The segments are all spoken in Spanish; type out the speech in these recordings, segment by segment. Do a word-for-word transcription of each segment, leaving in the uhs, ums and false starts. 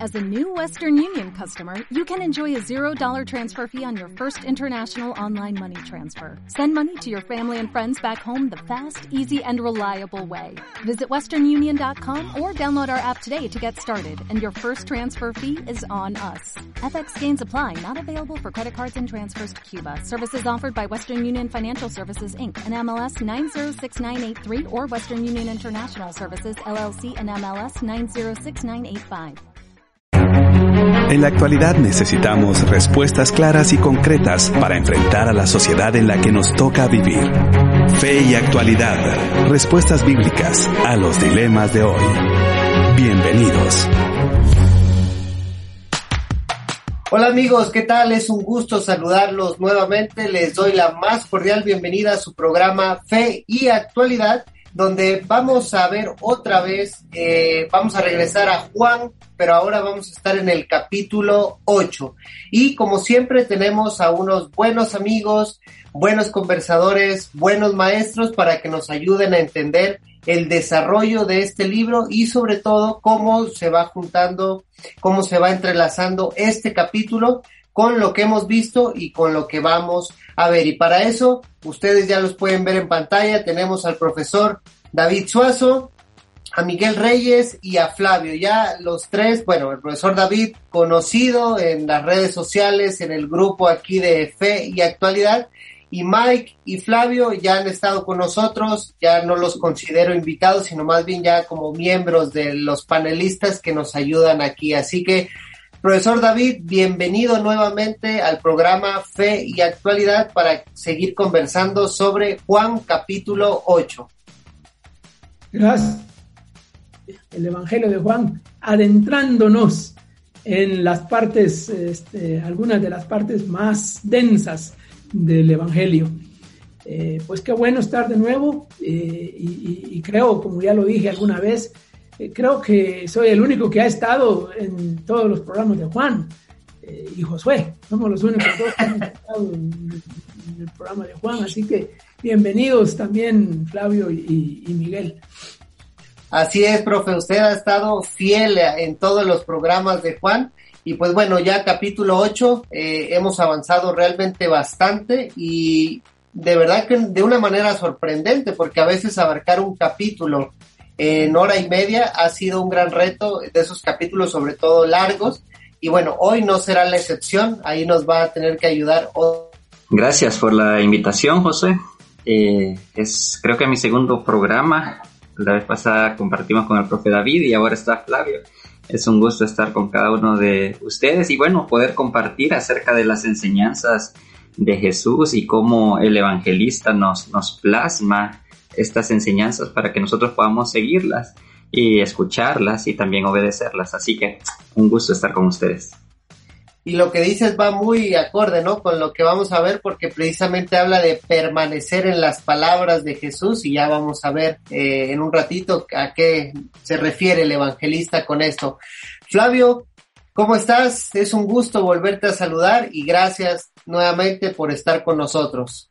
As a new Western Union customer, you can enjoy a zero dollars transfer fee on your first international online money transfer. Send money to your family and friends back home the fast, easy, and reliable way. Visit western union dot com or download our app today to get started, and your first transfer fee is on us. F X gains apply, not available for credit cards and transfers to Cuba. Services offered by Western Union Financial Services, Incorporated, and M L S nine zero six nine eight three or Western Union International Services, L L C, and M L S nine zero six nine eight five. En la actualidad necesitamos respuestas claras y concretas para enfrentar a la sociedad en la que nos toca vivir. Fe y actualidad, respuestas bíblicas a los dilemas de hoy. Bienvenidos. Hola amigos, ¿qué tal? Es un gusto saludarlos nuevamente. Les doy la más cordial bienvenida a su programa Fe y Actualidad, donde vamos a ver otra vez, eh, vamos a regresar a Juan, pero ahora vamos a estar en el capítulo ocho. Y como siempre tenemos a unos buenos amigos, buenos conversadores, buenos maestros para que nos ayuden a entender el desarrollo de este libro y sobre todo cómo se va juntando, cómo se va entrelazando este capítulo con lo que hemos visto y con lo que vamos a ver. Y para eso, ustedes ya los pueden ver en pantalla, tenemos al profesor David Suazo, a Miguel Reyes y a Flavio. Ya los tres, bueno, el profesor David, conocido en las redes sociales, en el grupo aquí de Fe y Actualidad, y Mike y Flavio ya han estado con nosotros, ya no los considero invitados, sino más bien ya como miembros de los panelistas que nos ayudan aquí. Así que, profesor David, bienvenido nuevamente al programa Fe y Actualidad para seguir conversando sobre Juan capítulo ocho. Gracias. El Evangelio de Juan, adentrándonos en las partes, este, algunas de las partes más densas del Evangelio. Eh, pues qué bueno estar de nuevo eh, y, y, y creo, como ya lo dije alguna vez, eh, creo que soy el único que ha estado en todos los programas de Juan eh, y Josué. Somos los únicos dos que han estado en, en el programa de Juan, así que bienvenidos también Flavio y, y Miguel. Así es, profe, usted ha estado fiel en todos los programas de Juan y pues bueno, ya capítulo ocho, eh, hemos avanzado realmente bastante y de verdad que de una manera sorprendente, porque a veces abarcar un capítulo en hora y media ha sido un gran reto, de esos capítulos sobre todo largos, y bueno, hoy no será la excepción, ahí nos va a tener que ayudar. Gracias por la invitación, José. Eh, es creo que mi segundo programa. La vez pasada compartimos con el profe David y ahora está Flavio. Es un gusto estar con cada uno de ustedes y bueno, poder compartir acerca de las enseñanzas de Jesús y cómo el evangelista nos, nos plasma estas enseñanzas para que nosotros podamos seguirlas y escucharlas y también obedecerlas. Así que un gusto estar con ustedes. Y lo que dices va muy acorde, ¿no?, con lo que vamos a ver, porque precisamente habla de permanecer en las palabras de Jesús y ya vamos a ver eh, en un ratito a qué se refiere el evangelista con esto. Flavio, ¿cómo estás? Es un gusto volverte a saludar y gracias nuevamente por estar con nosotros.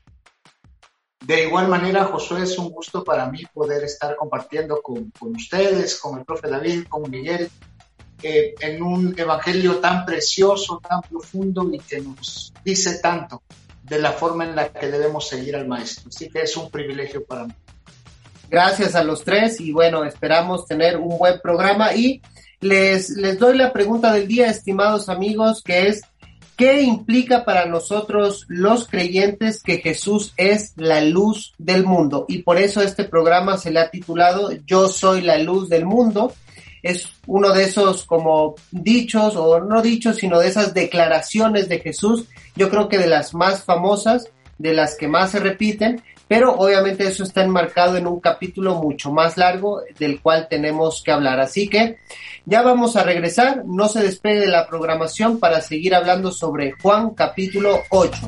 De igual manera, Josué, es un gusto para mí poder estar compartiendo con, con ustedes, con el profe David, con Miguel, Eh, en un evangelio tan precioso, tan profundo y que nos dice tanto de la forma en la que debemos seguir al maestro. Así que es un privilegio para mí. Gracias a los tres y bueno, esperamos tener un buen programa y les, les doy la pregunta del día, estimados amigos, que es: ¿qué implica para nosotros los creyentes que Jesús es la luz del mundo? Y por eso este programa se le ha titulado Yo soy la luz del mundo. Es uno de esos como dichos, o no dichos, sino de esas declaraciones de Jesús, yo creo que de las más famosas, de las que más se repiten, pero obviamente eso está enmarcado en un capítulo mucho más largo del cual tenemos que hablar. Así que ya vamos a regresar, no se despegue de la programación para seguir hablando sobre Juan capítulo ocho.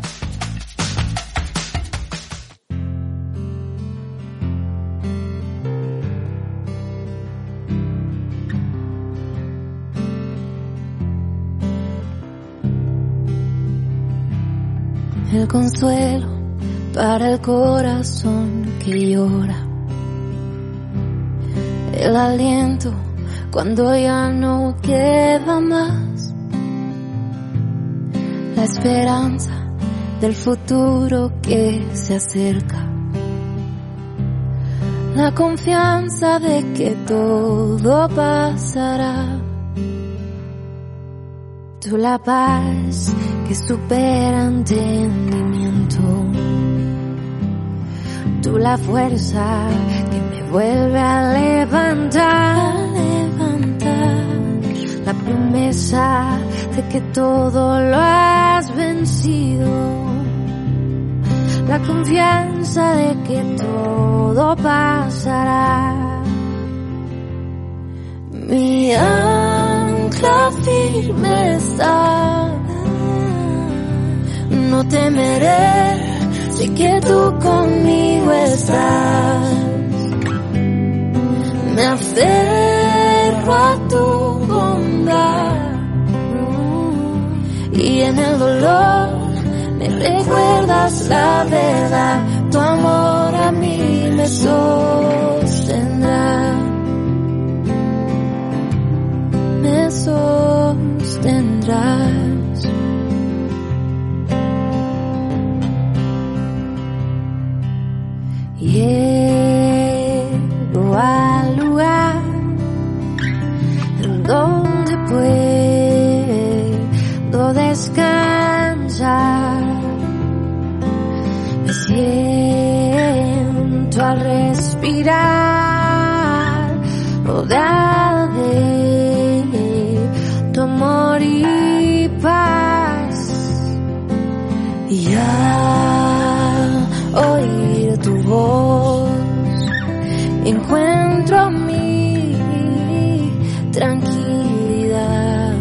El consuelo para el corazón que llora, el aliento cuando ya no queda queda más la esperanza del futuro que se acerca, la confianza de que todo pasará. Tú la paz que supera entendimiento, tú la fuerza que me vuelve a levantar, a levantar, la promesa de que todo lo has vencido, la confianza de que todo pasará. Mi ancla firme está, no temeré, sé que tú conmigo estás. Me aferro a tu bondad y en el dolor me recuerdas la verdad. Tu amor a mí me sostendrá, me sostendrás. Llego al lugar en donde puedo descansar. Me siento al respirar, rodeada de tu amor y paz. Y al oír tu voz encuentro mi tranquilidad.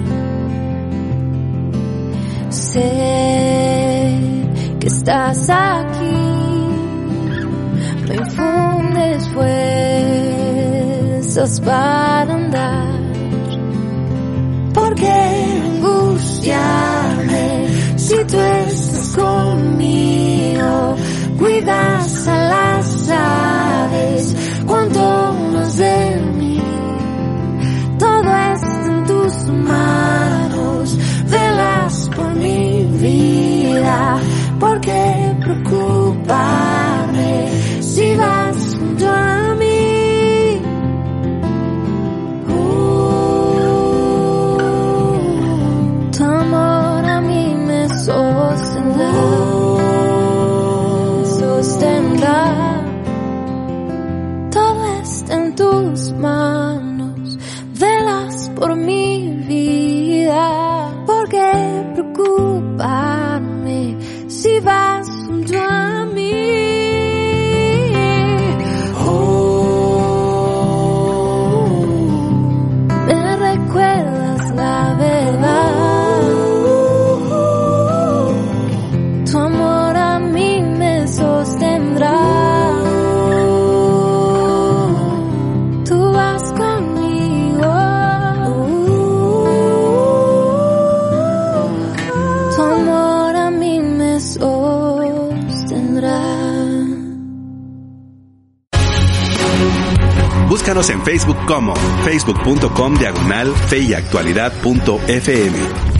Sé que estás aquí, me infundes fuerzas para andar. ¿Por qué angustiarme si tú estás conmigo? Cuidas a las aves, cuanto más de mí. Todo está en tus manos, velas por mi vida. ¿Por qué preocuparme si vas junto a mí? Uh, tu amor a mí me sostendrá, sostendrá. Todo está en tus manos, velas por mi vida. ¿Por qué preocuparme si vas junto a mí? Oh, me recuerdas la verdad. Tu amor a mí me sostendrá. Tú vas conmigo. Tu amor a mí me sostendrá. Búscanos en Facebook como facebook.com diagonal fe y actualidad punto fm.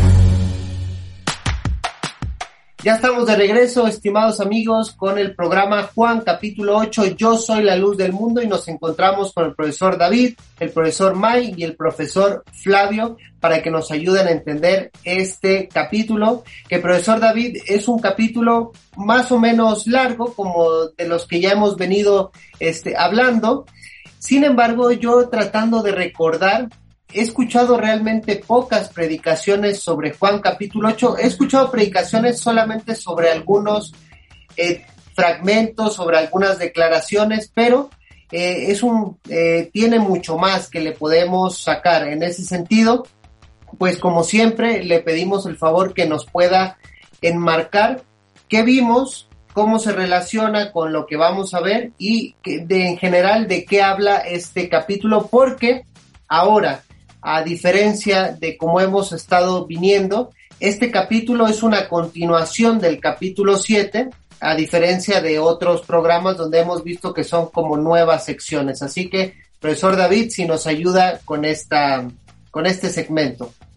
Ya estamos de regreso, estimados amigos, con el programa Juan, capítulo ocho, Yo soy la luz del mundo, y nos encontramos con el profesor David, el profesor May y el profesor Flavio para que nos ayuden a entender este capítulo, que profesor David es un capítulo más o menos largo, como de los que ya hemos venido este, hablando. Sin embargo, yo tratando de recordar, he escuchado realmente pocas predicaciones sobre Juan capítulo ocho. He escuchado predicaciones solamente sobre algunos eh, fragmentos, sobre algunas declaraciones, pero eh, es un eh, tiene mucho más que le podemos sacar. En ese sentido, pues como siempre, le pedimos el favor que nos pueda enmarcar qué vimos, cómo se relaciona con lo que vamos a ver y que, de, en general de qué habla este capítulo, porque ahora, a diferencia de cómo hemos estado viniendo, este capítulo es una continuación del capítulo siete, a diferencia de otros programas donde hemos visto que son como nuevas secciones. Así que, profesor David, si nos ayuda con esta, con este segmento.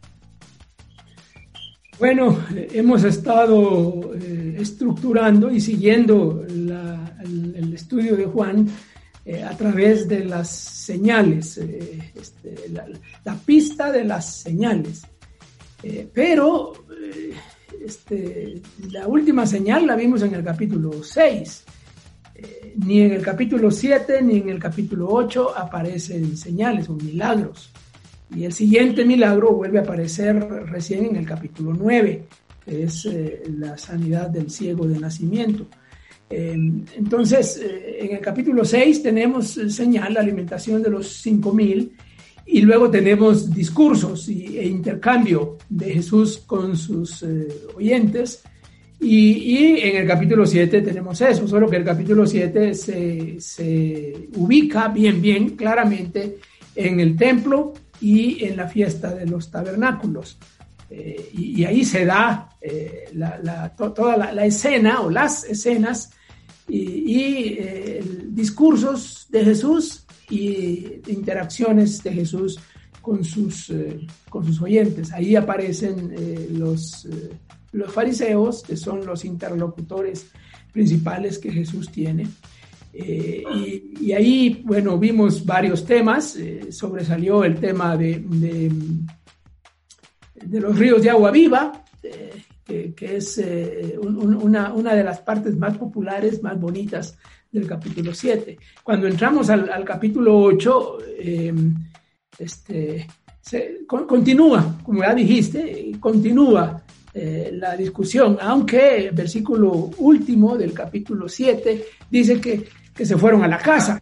Bueno, hemos estado eh, estructurando y siguiendo la, el, el estudio de Juan eh, a través de las señales, eh, este, la, la pista de las señales. Eh, pero eh, este, la última señal la vimos en el capítulo seis. Eh, ni en el capítulo siete ni en el capítulo ocho aparecen señales o milagros. Y el siguiente milagro vuelve a aparecer recién en el capítulo nueve, que es eh, la sanidad del ciego de nacimiento. Eh, entonces, eh, en el capítulo seis tenemos eh, señal, la alimentación de los cinco mil, y luego tenemos discursos y, e intercambio de Jesús con sus eh, oyentes. Y, y en el capítulo siete tenemos eso, solo que el capítulo siete se, se ubica bien, bien claramente en el templo y en la fiesta de los tabernáculos. Eh, y, y ahí se da eh, la, la, to, toda la, la escena o las escenas y, y eh, discursos de Jesús y interacciones de Jesús con sus, eh, con sus oyentes. Ahí aparecen eh, los, eh, los fariseos, que son los interlocutores principales que Jesús tiene. Eh, y, y ahí, bueno, vimos varios temas. Eh, sobresalió el tema de, de, de los ríos de agua viva, eh, que, que es eh, un, una, una de las partes más populares, más bonitas del capítulo siete. Cuando entramos al, al capítulo ocho, eh, este, se, con, continúa, como ya dijiste, continúa eh, la discusión, aunque el versículo último del capítulo siete dice que que se fueron a la casa.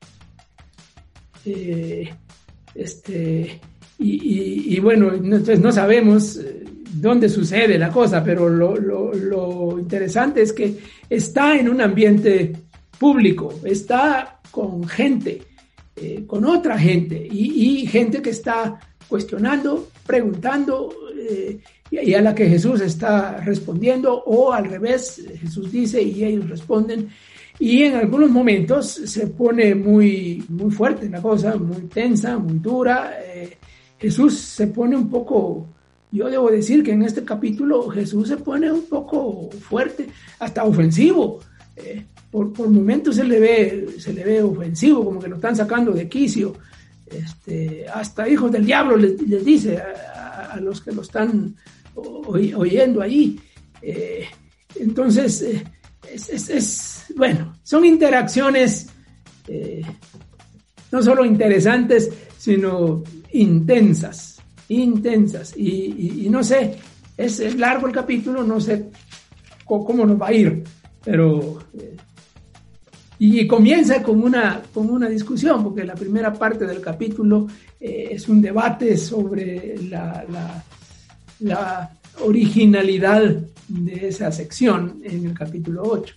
Eh, este, y, y, y bueno, entonces no sabemos dónde sucede la cosa, pero lo, lo, lo interesante es que está en un ambiente público, está con gente, eh, con otra gente, y, y gente que está cuestionando, preguntando, eh, y a la que Jesús está respondiendo, o al revés, Jesús dice y ellos responden. Y en algunos momentos se pone muy, muy fuerte la cosa, muy tensa, muy dura. Eh, Jesús se pone un poco, yo debo decir que en este capítulo Jesús se pone un poco fuerte, hasta ofensivo. Eh, por, por momentos se le ve, se le ve ofensivo, como que lo están sacando de quicio. Este, hasta hijos del diablo les, les dice a, a los que lo están oy, oyendo ahí. Eh, entonces, eh, es, es, es bueno, son interacciones eh, no solo interesantes, sino intensas, intensas. Y, y, y no sé, es, es largo el capítulo, no sé cómo, cómo nos va a ir, pero... Eh, y comienza con una, con una discusión, porque la primera parte del capítulo eh, es un debate sobre la, la, la originalidad de esa sección en el capítulo ocho.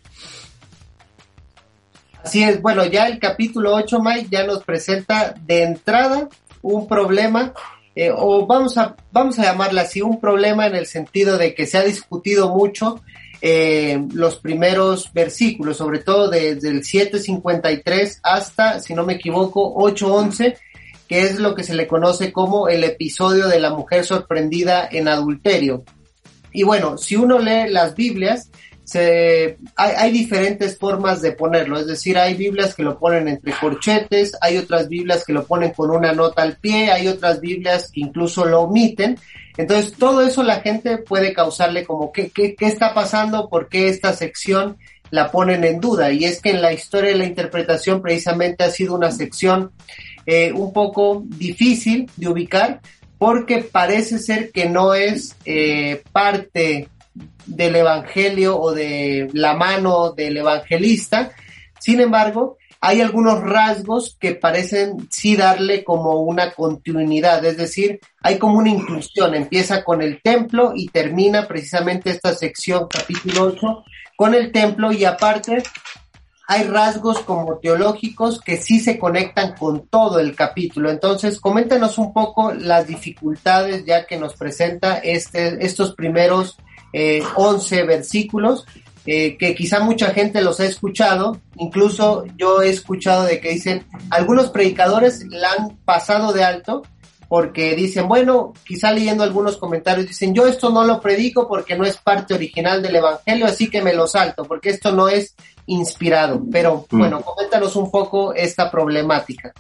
Así es, bueno, ya el capítulo ocho, Mike, ya nos presenta de entrada un problema, eh, o vamos a, vamos a llamarla así, un problema en el sentido de que se ha discutido mucho eh, los primeros versículos, sobre todo desde el siete cincuenta y tres hasta, si no me equivoco, ocho once, que es lo que se le conoce como el episodio de la mujer sorprendida en adulterio. Y bueno, si uno lee las Biblias, Se, hay, hay diferentes formas de ponerlo, es decir, hay Biblias que lo ponen entre corchetes, hay otras Biblias que lo ponen con una nota al pie, hay otras Biblias que incluso lo omiten. Entonces todo eso la gente puede causarle como ¿qué, qué, qué está pasando? ¿Por qué esta sección la ponen en duda? Y es que en la historia de la interpretación precisamente ha sido una sección eh, un poco difícil de ubicar, porque parece ser que no es eh, parte del evangelio o de la mano del evangelista. Sin embargo, hay algunos rasgos que parecen sí darle como una continuidad, es decir, hay como una inclusión, empieza con el templo y termina precisamente esta sección, capítulo ocho, con el templo, y aparte hay rasgos como teológicos que sí se conectan con todo el capítulo. Entonces, coméntanos un poco las dificultades ya que nos presenta este, estos primeros Eh, once versículos, eh, que quizá mucha gente los ha escuchado, incluso yo he escuchado de que dicen, algunos predicadores la han pasado de alto porque dicen, bueno, quizá leyendo algunos comentarios, dicen, yo esto no lo predico porque no es parte original del Evangelio, así que me lo salto, porque esto no es inspirado. Pero, mm. bueno, coméntanos un poco esta problemática.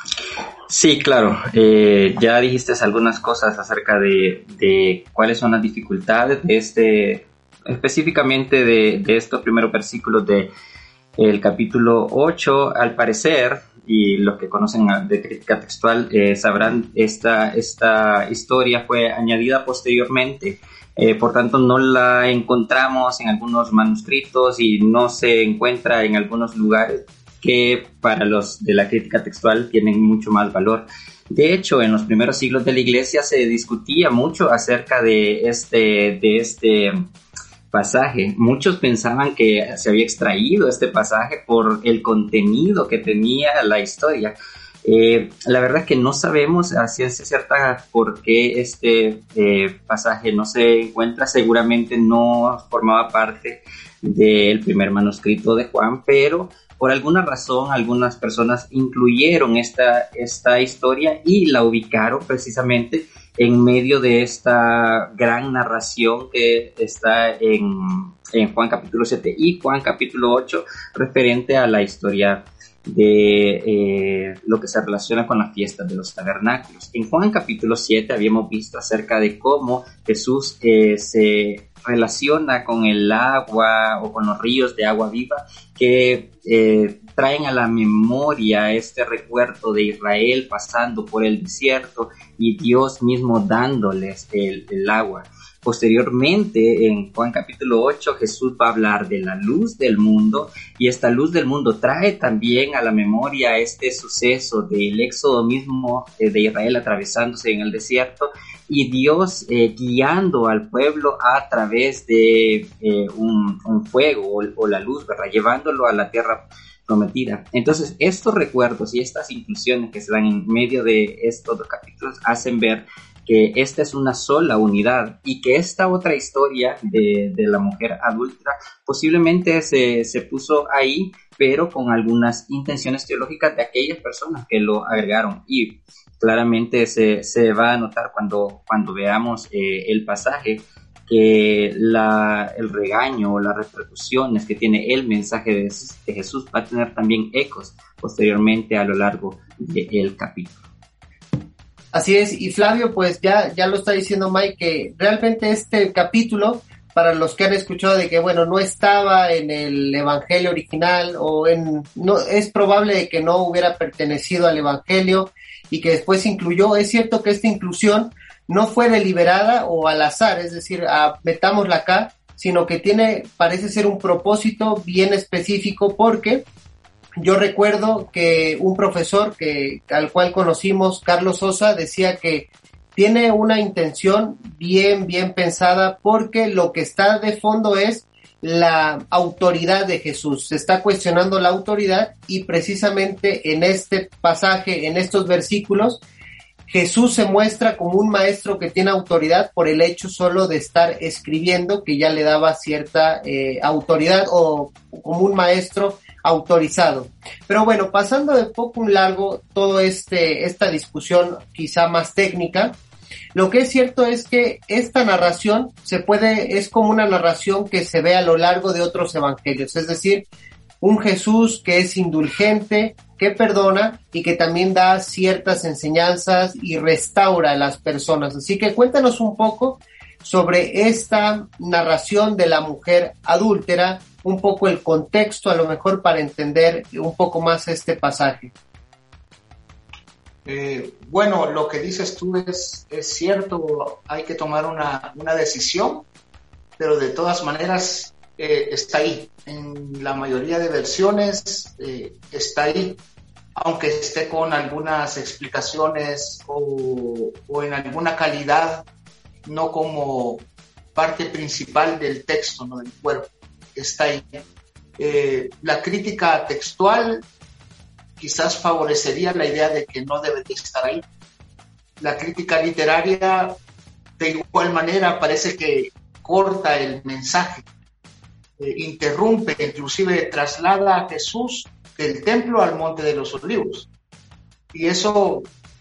Sí, claro. Eh, ya dijiste algunas cosas acerca de, de cuáles son las dificultades de este, específicamente de, de estos primeros versículos de el capítulo ocho. Al parecer, y los que conocen de crítica textual eh, sabrán, esta, esta historia fue añadida posteriormente, eh, por tanto no la encontramos en algunos manuscritos y no se encuentra en algunos lugares que para los de la crítica textual tienen mucho más valor. De hecho, en los primeros siglos de la Iglesia se discutía mucho acerca de este, de este pasaje. Muchos pensaban que se había extraído este pasaje por el contenido que tenía la historia. Eh, la verdad es que no sabemos a ciencia cierta por qué este eh, pasaje no se encuentra. Seguramente no formaba parte del primer manuscrito de Juan, pero por alguna razón algunas personas incluyeron esta, esta historia y la ubicaron precisamente en medio de esta gran narración que está en, en Juan capítulo siete y Juan capítulo ocho, referente a la historia de eh, lo que se relaciona con la fiesta de los tabernáculos. En Juan capítulo siete habíamos visto acerca de cómo Jesús eh, se relaciona con el agua o con los ríos de agua viva que eh, traen a la memoria este recuerdo de Israel pasando por el desierto y Dios mismo dándoles el, el agua. Posteriormente, en Juan capítulo ocho, Jesús va a hablar de la luz del mundo, y esta luz del mundo trae también a la memoria este suceso del éxodo mismo eh, de Israel atravesándose en el desierto, y Dios eh, guiando al pueblo a través de eh, un, un fuego o, o la luz, ¿verdad? Llevándolo a la tierra prometida. Entonces, estos recuerdos y estas inclusiones que se dan en medio de estos dos capítulos hacen ver que esta es una sola unidad y que esta otra historia de, de la mujer adúltera posiblemente se, se puso ahí, pero con algunas intenciones teológicas de aquellas personas que lo agregaron, y claramente se, se va a notar cuando, cuando veamos eh, el pasaje que la, el regaño o las repercusiones que tiene el mensaje de, de Jesús va a tener también ecos posteriormente a lo largo del capítulo. Así es, y Flavio, pues ya, ya lo está diciendo Mike, que realmente este capítulo, para los que han escuchado de que, bueno, no estaba en el Evangelio original, o en, no, es probable de que no hubiera pertenecido al Evangelio y que después se incluyó. Es cierto que esta inclusión no fue deliberada o al azar, es decir, a, metámosla acá, sino que tiene, parece ser un propósito bien específico, porque yo recuerdo que un profesor que al cual conocimos, Carlos Sosa, decía que tiene una intención bien, bien pensada, porque lo que está de fondo es la autoridad de Jesús. Se está cuestionando la autoridad, y precisamente en este pasaje, en estos versículos, Jesús se muestra como un maestro que tiene autoridad por el hecho solo de estar escribiendo, que ya le daba cierta eh, autoridad, o como un maestro autorizado. Pero bueno, pasando de poco un largo todo este esta discusión quizá más técnica, lo que es cierto es que esta narración se puede es como una narración que se ve a lo largo de otros evangelios, es decir, un Jesús que es indulgente, que perdona y que también da ciertas enseñanzas y restaura a las personas. Así que cuéntanos un poco sobre esta narración de la mujer adúltera, un poco el contexto, a lo mejor para entender un poco más este pasaje. Eh, bueno, lo que dices tú es, es cierto, hay que tomar una, una decisión, pero de todas maneras eh, está ahí. En la mayoría de versiones eh, está ahí, aunque esté con algunas explicaciones o, o en alguna calidad, no como parte principal del texto, no del cuerpo. Está ahí. Eh, la crítica textual quizás favorecería la idea de que no debería estar ahí. La crítica literaria, de igual manera, parece que corta el mensaje, eh, interrumpe, inclusive traslada a Jesús del templo al Monte de los Olivos. Y eso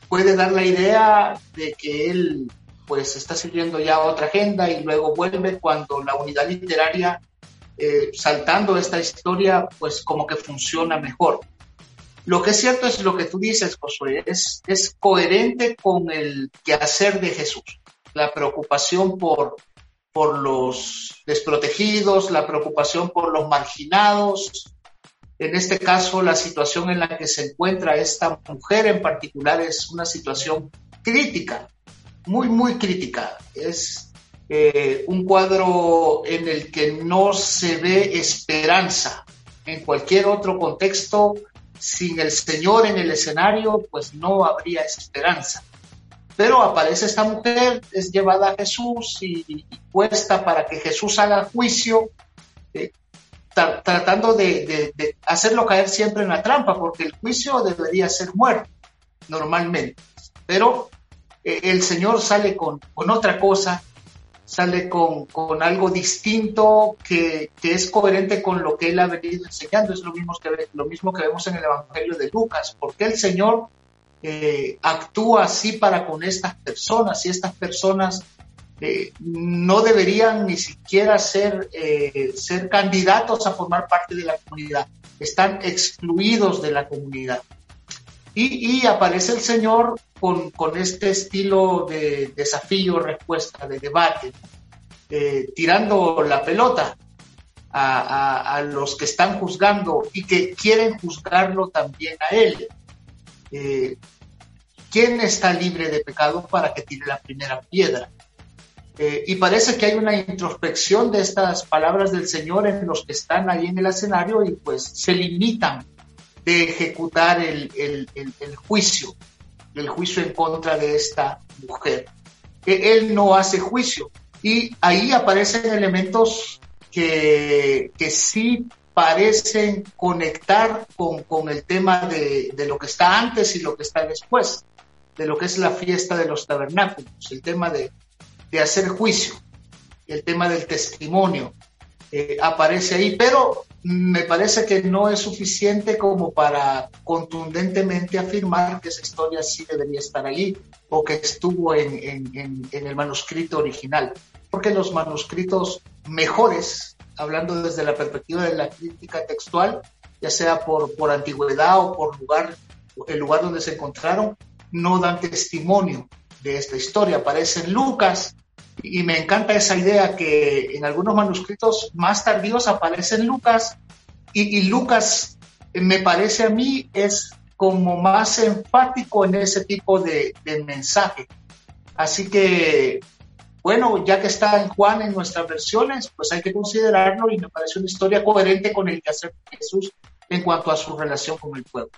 puede dar la idea de que él pues está siguiendo ya otra agenda y luego vuelve cuando la unidad literaria, eh, saltando esta historia, pues como que funciona mejor. Lo que es cierto es lo que tú dices, Josué, es, es coherente con el quehacer de Jesús, la preocupación por, por los desprotegidos, la preocupación por los marginados. En este caso, la situación en la que se encuentra esta mujer en particular es una situación crítica, muy, muy crítica. Es eh, un cuadro en el que no se ve esperanza. En cualquier otro contexto, sin el Señor en el escenario, pues no habría esperanza. Pero aparece esta mujer, es llevada a Jesús y, y puesta para que Jesús haga juicio, eh, tra- tratando de, de, de hacerlo caer siempre en la trampa, porque el juicio debería ser muerte, normalmente. Pero eh, el Señor sale con, con otra cosa, sale con, con algo distinto que, que es coherente con lo que Él ha venido enseñando. Es lo mismo que, lo mismo que vemos en el Evangelio de Lucas. Porque el Señor eh, actúa así para con estas personas, y estas personas eh, no deberían ni siquiera ser, eh, ser candidatos a formar parte de la comunidad. Están excluidos de la comunidad. Y, y aparece el Señor con, con este estilo de desafío-respuesta, de debate, eh, tirando la pelota a, a, a los que están juzgando y que quieren juzgarlo también a Él. Eh, ¿Quién está libre de pecado para que tire la primera piedra? Eh, y parece que hay una introspección de estas palabras del Señor en los que están ahí en el escenario y pues se limitan de ejecutar el, el, el, el juicio, el juicio en contra de esta mujer. Él no hace juicio, y ahí aparecen elementos que, que sí parecen conectar con, con el tema de, de lo que está antes y lo que está después, de lo que es la fiesta de los tabernáculos, el tema de, de hacer juicio, el tema del testimonio, eh, aparece ahí, pero me parece que no es suficiente como para contundentemente afirmar que esa historia sí debería estar allí o que estuvo en, en, en, en el manuscrito original, porque los manuscritos mejores, hablando desde la perspectiva de la crítica textual, ya sea por, por antigüedad o por lugar, el lugar donde se encontraron, no dan testimonio de esta historia. Aparece en Lucas, y me encanta esa idea que en algunos manuscritos más tardíos aparece en Lucas, y, y Lucas, me parece a mí, es como más enfático en ese tipo de, de mensaje. Así que, bueno, ya que está en Juan en nuestras versiones, pues hay que considerarlo, y me parece una historia coherente con el quehacer de Jesús en cuanto a su relación con el pueblo.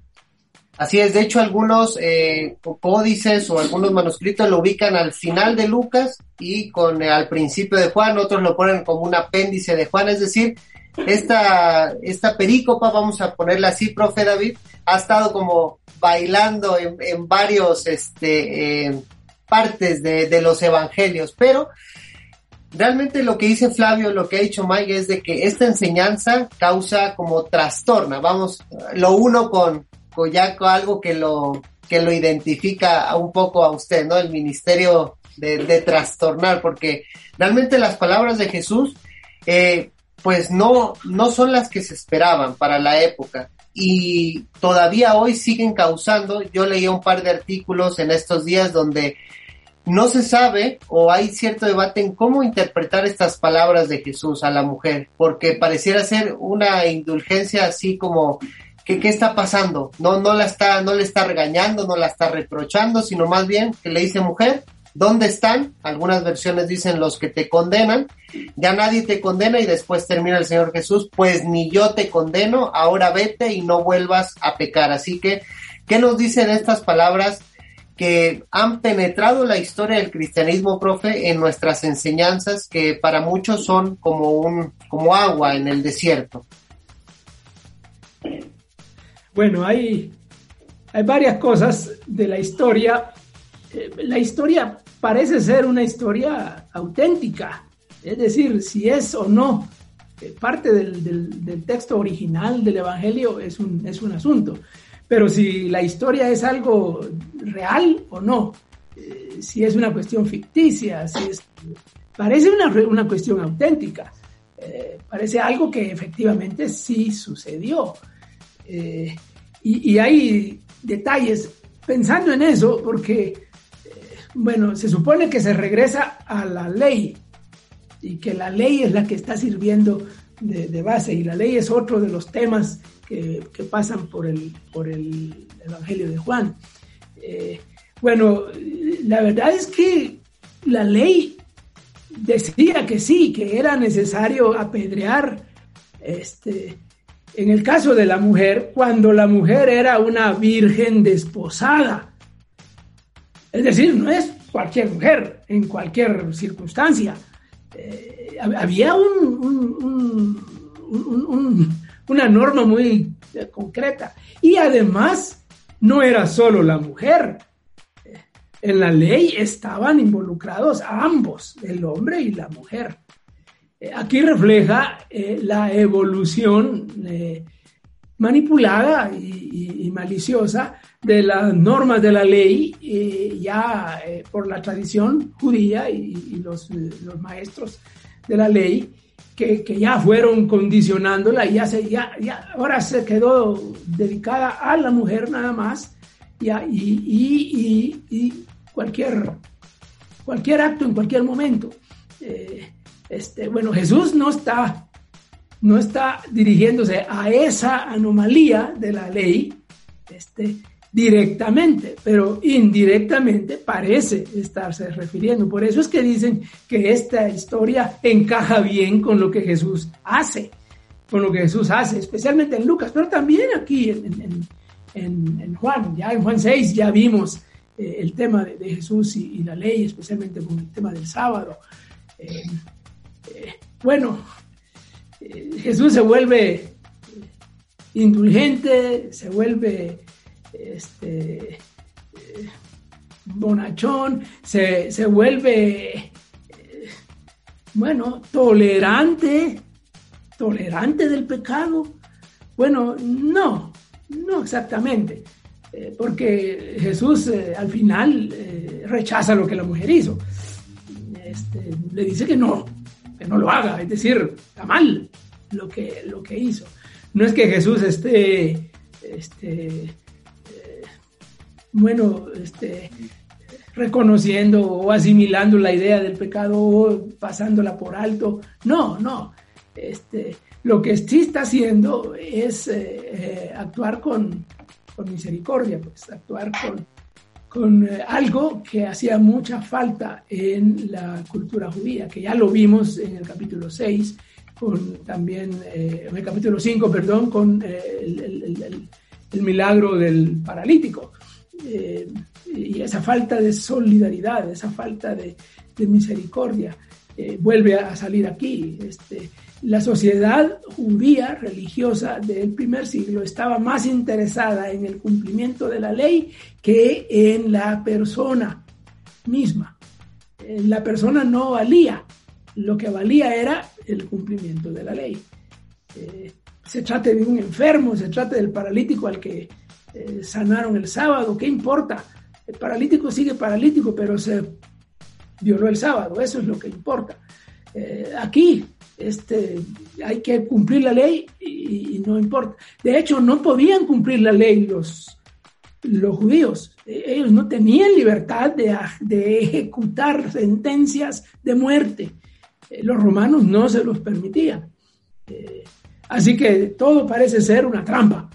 Así es, de hecho algunos eh, códices o algunos manuscritos lo ubican al final de Lucas y con eh, al principio de Juan, otros lo ponen como un apéndice de Juan, es decir, esta, esta perícopa, vamos a ponerla así, profe David, ha estado como bailando en, en varios este, eh, partes de, de los evangelios, pero realmente lo que dice Flavio, lo que ha dicho Mike, es de que esta enseñanza causa como trastorna, vamos, lo uno con ya con algo que lo que lo identifica un poco a usted, ¿no? El ministerio de, de trastornar, porque realmente las palabras de Jesús, eh, pues no, no son las que se esperaban para la época, y todavía hoy siguen causando. Yo leí un par de artículos en estos días donde no se sabe, o hay cierto debate en cómo interpretar estas palabras de Jesús a la mujer, porque pareciera ser una indulgencia así como ¿Qué, ¿Qué está pasando? No, no la está, no le está regañando, no la está reprochando, sino más bien que le dice: mujer, ¿dónde están? Algunas versiones dicen los que te condenan. Ya nadie te condena, y después termina el Señor Jesús: pues ni yo te condeno, ahora vete y no vuelvas a pecar. Así que, ¿qué nos dicen estas palabras que han penetrado la historia del cristianismo, profe, en nuestras enseñanzas, que para muchos son como un, como agua en el desierto? Bueno, hay, hay varias cosas de la historia. Eh, la historia parece ser una historia auténtica, es decir, si es o no eh, parte del, del, del texto original del Evangelio es un, es un asunto. pero si la historia es algo real o no, eh, si es una cuestión ficticia, si es, parece una, una cuestión auténtica, eh, parece algo que efectivamente sí sucedió. Eh, y, y hay detalles pensando en eso, porque, eh, bueno, se supone que se regresa a la ley, y que la ley es la que está sirviendo de, de base, y la ley es otro de los temas que, que pasan por el, por el Evangelio de Juan. Eh, bueno, la verdad es que la ley decía que sí, que era necesario apedrear, este, en el caso de la mujer, cuando la mujer era una virgen desposada. Es decir, no es cualquier mujer, en cualquier circunstancia. Eh, había un, un, un, un, un, una norma muy eh, concreta. Y además, no era solo la mujer. En la ley estaban involucrados ambos, el hombre y la mujer. Eh, aquí refleja eh, la evolución eh, manipulada y, y, y maliciosa de las normas de la ley, eh, ya eh, por la tradición judía y, y los, los maestros de la ley, que, que ya fueron condicionándola, y ya se, ya, ya, ahora se quedó dedicada a la mujer nada más, ya, y, y, y, y cualquier, cualquier acto en cualquier momento. Eh, este, bueno, Jesús no está, no está dirigiéndose a esa anomalía de la ley, este, directamente, pero indirectamente parece estarse refiriendo. Por eso es que dicen que esta historia encaja bien con lo que Jesús hace, con lo que Jesús hace, especialmente en Lucas, pero también aquí en, en, en, en Juan. Ya en Juan seis ya vimos eh, el tema de, de Jesús y, y la ley, especialmente con el tema del sábado. Eh, eh, bueno, eh, Jesús se vuelve indulgente, se vuelve este eh, bonachón, se, se vuelve eh, bueno, tolerante, tolerante del pecado. Bueno, no, no exactamente, eh, porque Jesús eh, al final eh, rechaza lo que la mujer hizo. Este, le dice que no, que no lo haga, es decir, está mal lo que, lo que hizo. No es que Jesús esté, este, bueno, este, reconociendo o asimilando la idea del pecado o pasándola por alto. No, no. Este, lo que sí está haciendo es eh, eh, actuar con, con misericordia, pues actuar con, con eh, algo que hacía mucha falta en la cultura judía, que ya lo vimos en el capítulo seis, con también, eh, en el capítulo cinco, perdón, con eh, el, el, el, el milagro del paralítico. Eh, y esa falta de solidaridad, esa falta de, de misericordia eh, vuelve a salir aquí. Este, la sociedad judía religiosa del primer siglo estaba más interesada en el cumplimiento de la ley que en la persona misma. Eh, la persona no valía, lo que valía era el cumplimiento de la ley. Eh, se trate de un enfermo, se trate del paralítico al que Eh, sanaron el sábado, ¿qué importa? El paralítico sigue paralítico, pero se violó el sábado, eso es lo que importa. Eh, aquí este, hay que cumplir la ley y, y no importa. De hecho, no podían cumplir la ley los, los judíos. Ellos no tenían libertad de, de ejecutar sentencias de muerte. Eh, los romanos no se los permitían. Eh, así que todo parece ser una trampa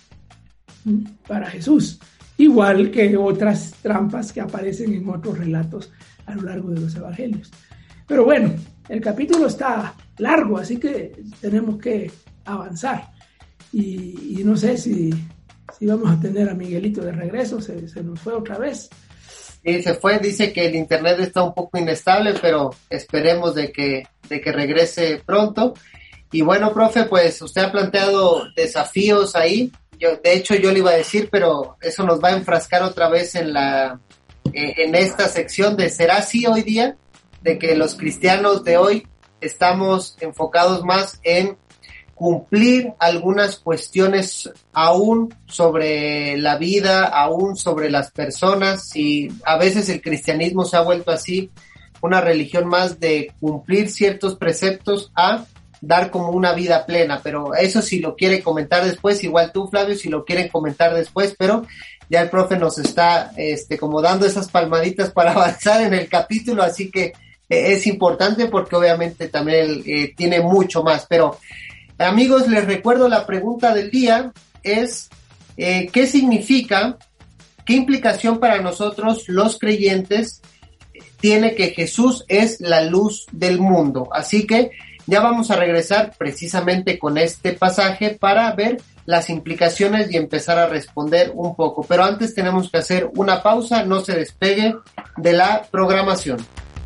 para Jesús, igual que otras trampas que aparecen en otros relatos a lo largo de los evangelios. Pero bueno, el capítulo está largo, así que tenemos que avanzar. Y, y no sé si, si vamos a tener a Miguelito de regreso, se, se nos fue otra vez. Sí, se fue, dice que el internet está un poco inestable, pero esperemos de que, de que regrese pronto. Y bueno, profe, pues usted ha planteado desafíos ahí. Yo, de hecho, yo le iba a decir, pero eso nos va a enfrascar otra vez en la eh, en esta sección de ¿será así hoy día? De que los cristianos de hoy estamos enfocados más en cumplir algunas cuestiones aún sobre la vida, aún sobre las personas, y a veces el cristianismo se ha vuelto así, una religión más de cumplir ciertos preceptos a dar como una vida plena, pero eso si lo quiere comentar después, igual tú, Flavio, si lo quieren comentar después, pero ya el profe nos está este como dando esas palmaditas para avanzar en el capítulo, así que eh, es importante porque obviamente también él, eh, tiene mucho más, pero amigos, les recuerdo la pregunta del día es eh, ¿qué significa, qué implicación para nosotros los creyentes tiene que Jesús es la luz del mundo? Así que ya vamos a regresar precisamente con este pasaje para ver las implicaciones y empezar a responder un poco. Pero antes tenemos que hacer una pausa, no se despegue de la programación.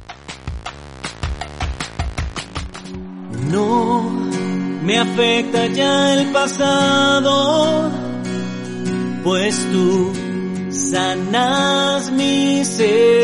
No me afecta ya el pasado, pues tú sanas mis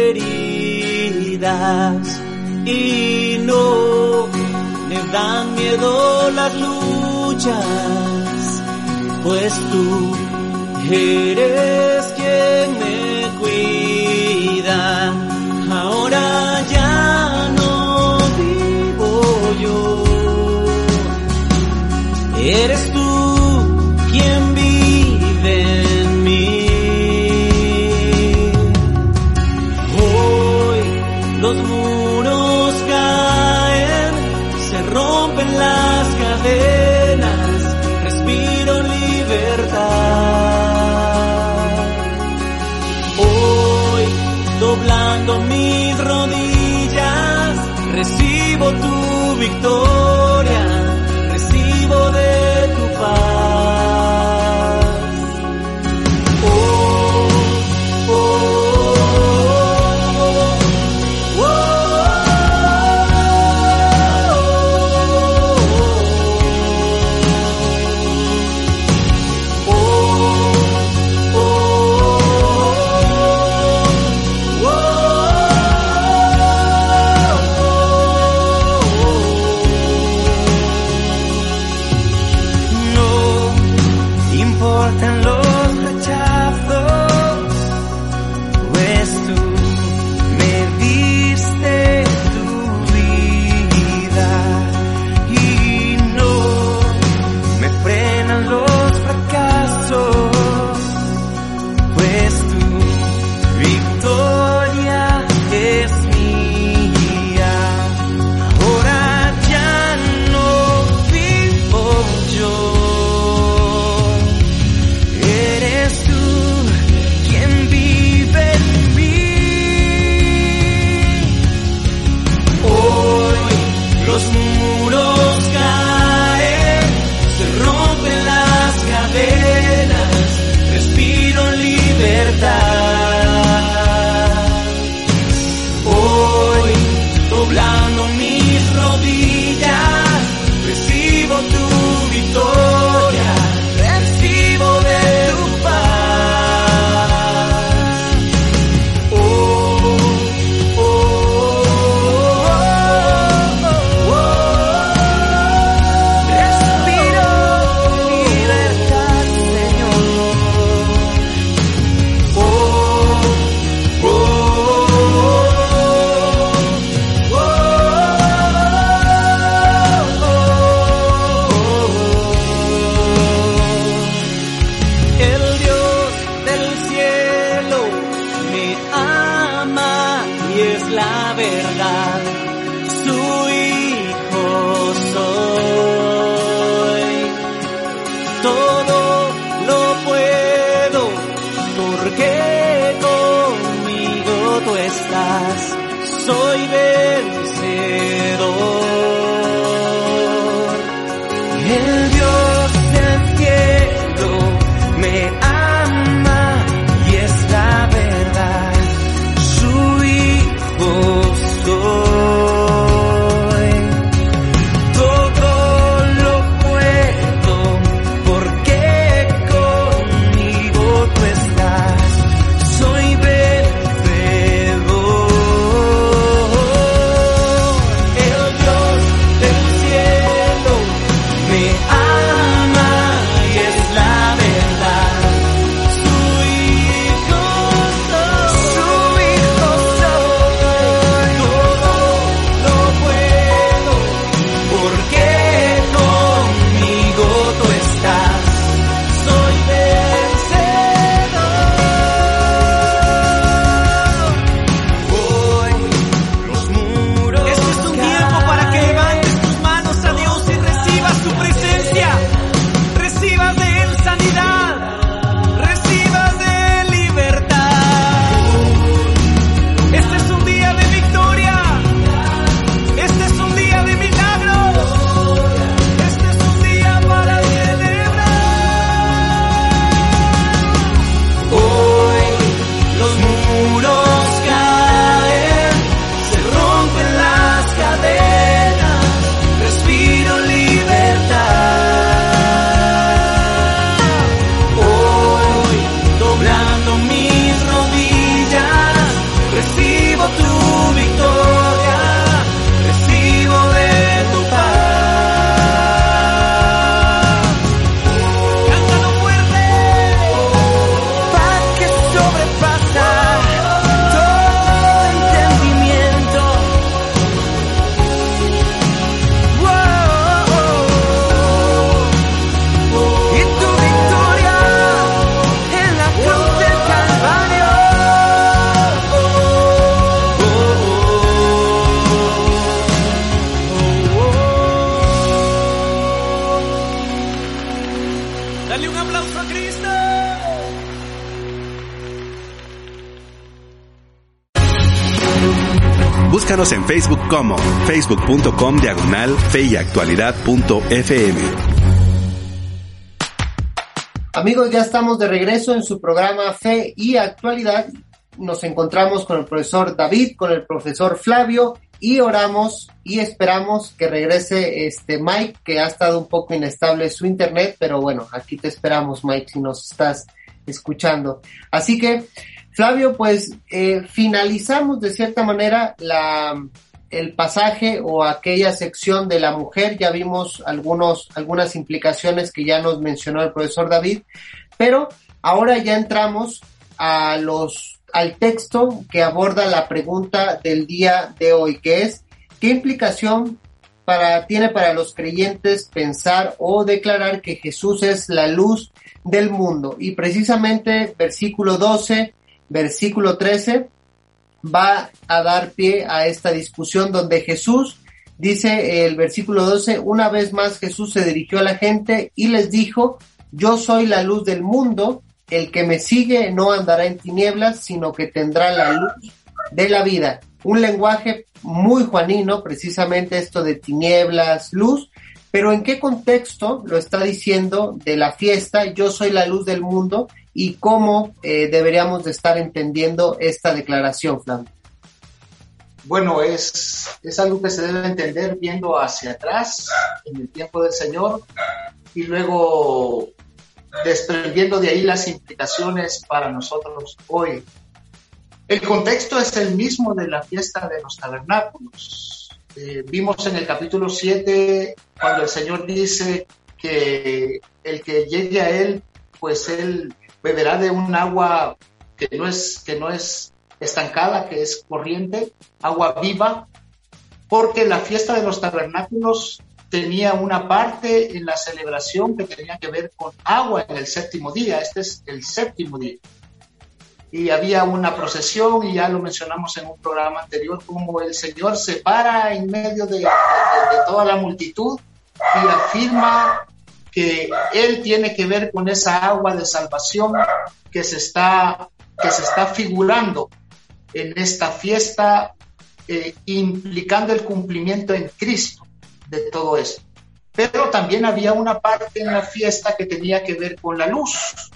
heridas y no me dan miedo las luchas, pues tú eres quien me cuida. Ahora ya no vivo yo, eres tú quien vive en mí. Hoy los muros caen, se rompen las cadenas, respiro libertad. Hoy, doblando mis rodillas, recibo tu victoria, recibo de tu paz. Oh, oh, oh, oh, me Búscanos en Facebook como facebook.com diagonal fe y actualidad punto fm. Amigos, ya estamos de regreso en su programa Fe y Actualidad. Nos encontramos con el profesor David, con el profesor Flavio y oramos y esperamos que regrese este Mike, que ha estado un poco inestable su internet, pero bueno, aquí te esperamos, Mike, si nos estás escuchando. Así que, Flavio, pues eh, finalizamos de cierta manera la el pasaje o aquella sección de la mujer. Ya vimos algunos algunas implicaciones que ya nos mencionó el profesor David, pero ahora ya entramos a los al texto que aborda la pregunta del día de hoy, que es ¿qué implicación para tiene para los creyentes pensar o declarar que Jesús es la luz del mundo? Y precisamente versículo doce, versículo trece va a dar pie a esta discusión donde Jesús, dice el versículo doce, una vez más Jesús se dirigió a la gente y les dijo, yo soy la luz del mundo, el que me sigue no andará en tinieblas, sino que tendrá la luz de la vida. Un lenguaje muy juanino, precisamente esto de tinieblas, luz, pero ¿en qué contexto lo está diciendo de la fiesta? Yo soy la luz del mundo. ¿Y cómo eh, deberíamos de estar entendiendo esta declaración, Flavio? Bueno, es, es algo que se debe entender viendo hacia atrás, en el tiempo del Señor, y luego desprendiendo de ahí las implicaciones para nosotros hoy. El contexto es el mismo de la fiesta de los tabernáculos. Eh, vimos en el capítulo siete, cuando el Señor dice que el que llegue a Él, pues Él beberá de un agua que no es, que no es estancada, que es corriente, agua viva, porque la fiesta de los tabernáculos tenía una parte en la celebración que tenía que ver con agua en el séptimo día. Este es el séptimo día. Y había una procesión, y ya lo mencionamos en un programa anterior, como el Señor se para en medio de, de, de toda la multitud y afirma que Él tiene que ver con esa agua de salvación que se está, que se está figurando en esta fiesta, eh, implicando el cumplimiento en Cristo de todo esto. Pero también había una parte en la fiesta que tenía que ver con la luz,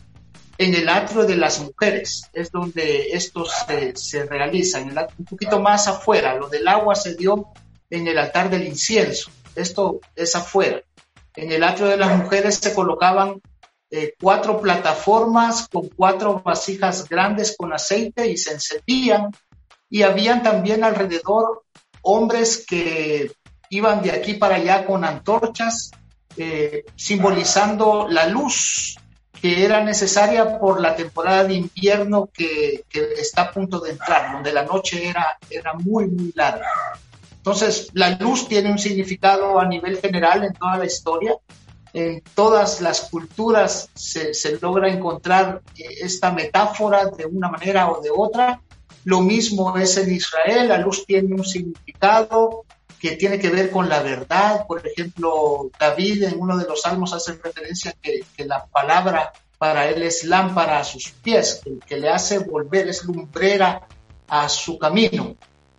en el atrio de las mujeres, es donde esto se, se realiza, en el, un poquito más afuera. Lo del agua se dio en el altar del incienso, esto es afuera. En el atrio de las mujeres se colocaban eh, cuatro plataformas con cuatro vasijas grandes con aceite y se encendían, y habían también alrededor hombres que iban de aquí para allá con antorchas, eh, simbolizando la luz que era necesaria por la temporada de invierno que, que está a punto de entrar, donde la noche era, era muy, muy larga. Entonces, la luz tiene un significado a nivel general en toda la historia. En todas las culturas se, se logra encontrar esta metáfora de una manera o de otra. Lo mismo es en Israel. La luz tiene un significado que tiene que ver con la verdad. Por ejemplo, David en uno de los salmos hace referencia que, que la palabra para él es lámpara a sus pies, que, que le hace volver, es lumbrera a su camino.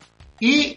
Y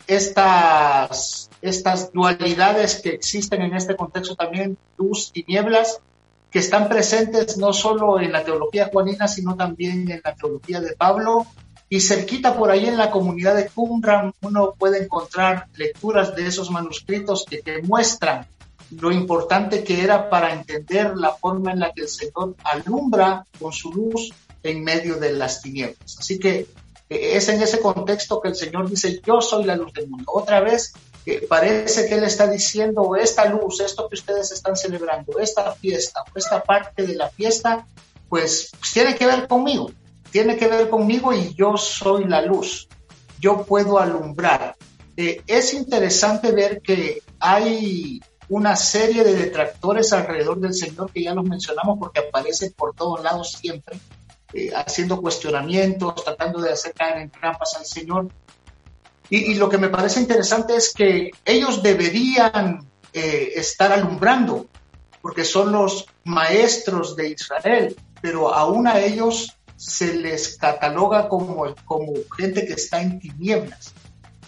estas, estas dualidades que existen en este contexto también, luz, tinieblas, que están presentes no solo en la teología juanina, sino también en la teología de Pablo. Y cerquita por ahí en la comunidad de Qumran uno puede encontrar lecturas de esos manuscritos que te muestran lo importante que era para entender la forma en la que el Señor alumbra con su luz en medio de las tinieblas. Así que es en ese contexto que el Señor dice, yo soy la luz del mundo. Otra vez, eh, parece que Él está diciendo, esta luz, esto que ustedes están celebrando, esta fiesta, esta parte de la fiesta, pues, pues tiene que ver conmigo, tiene que ver conmigo y yo soy la luz, yo puedo alumbrar. Eh, es interesante ver que hay una serie de detractores alrededor del Señor que ya los mencionamos porque aparecen por todos lados siempre, Eh, haciendo cuestionamientos, tratando de hacer caer en trampas al Señor. Y, y lo que me parece interesante es que ellos deberían eh, estar alumbrando, porque son los maestros de Israel, pero aún a ellos se les cataloga como, como gente que está en tinieblas.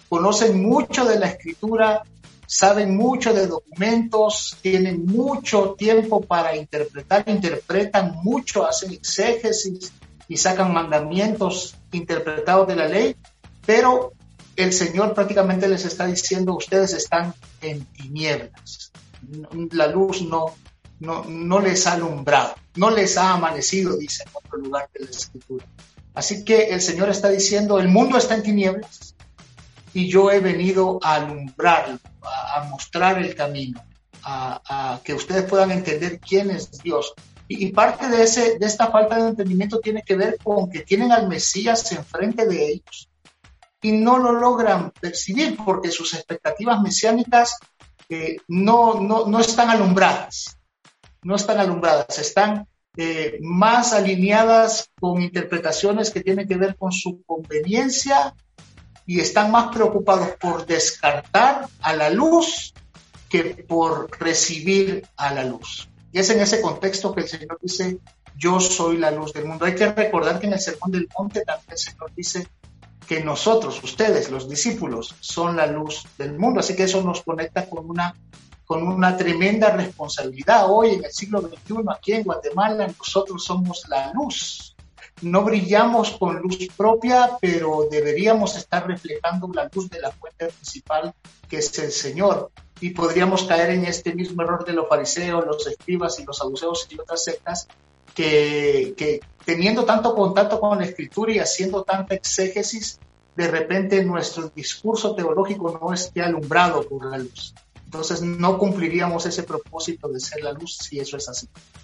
conocen mucho de la escritura, saben mucho de documentos, tienen mucho tiempo para interpretar, interpretan mucho, hacen exégesis y sacan mandamientos interpretados de la ley, pero el Señor prácticamente les está diciendo, ustedes están en tinieblas, la luz no, no, no les ha alumbrado, no les ha amanecido, dice en otro lugar de la Escritura. Así que el Señor está diciendo, el mundo está en tinieblas y yo he venido a alumbrarlo, a, a mostrar el camino, a, a que ustedes puedan entender quién es Dios. Y, y parte de, ese, de esta falta de entendimiento tiene que ver con que tienen al Mesías enfrente de ellos y no lo logran percibir porque sus expectativas mesiánicas eh, no, no, no están alumbradas, no están alumbradas, están eh, más alineadas con interpretaciones que tienen que ver con su conveniencia y están más preocupados por descartar a la luz que por recibir a la luz. Y es en ese contexto que el Señor dice, yo soy la luz del mundo. Hay que recordar que en el Sermón del Monte también el Señor dice que nosotros, ustedes, los discípulos, son la luz del mundo. Así que eso nos conecta con una, con una tremenda responsabilidad. Hoy, en el siglo veintiuno, aquí en Guatemala, nosotros somos la luz. No brillamos con luz propia, pero deberíamos estar reflejando la luz de la fuente principal, que es el Señor. Y podríamos caer en este mismo error de los fariseos, los escribas y los saduceos y otras sectas, que, que teniendo tanto contacto con la Escritura y haciendo tanta exégesis, de repente nuestro discurso teológico no esté alumbrado por la luz. Entonces no cumpliríamos ese propósito de ser la luz si eso es así.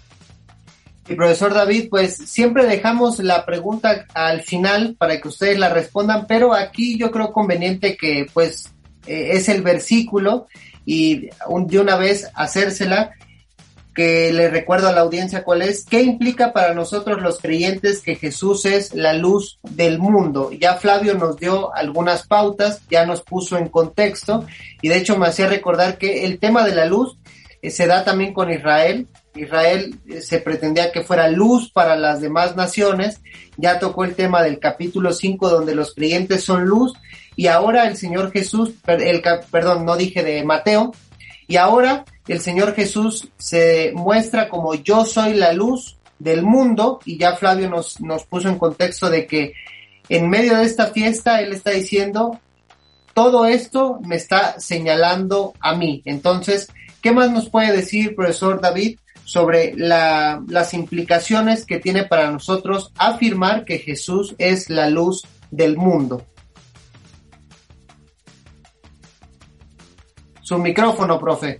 Y profesor David, pues siempre dejamos la pregunta al final para que ustedes la respondan, pero aquí yo creo conveniente que pues eh, es el versículo y un, de una vez hacérsela, que le recuerdo a la audiencia cuál es. ¿Qué implica para nosotros los creyentes que Jesús es la luz del mundo? Ya Flavio nos dio algunas pautas, ya nos puso en contexto y de hecho me hacía recordar que el tema de la luz eh, se da también con Israel. Israel eh, se pretendía que fuera luz para las demás naciones. Ya tocó el tema del capítulo cinco donde los creyentes son luz y ahora el Señor Jesús, el, perdón, no dije de Mateo, y ahora el Señor Jesús se muestra como yo soy la luz del mundo, y ya Flavio nos, nos puso en contexto de que en medio de esta fiesta Él está diciendo, todo esto me está señalando a mí. Entonces, ¿qué más nos puede decir, profesor David, sobre la, las implicaciones que tiene para nosotros afirmar que Jesús es la luz del mundo? Su micrófono, profe.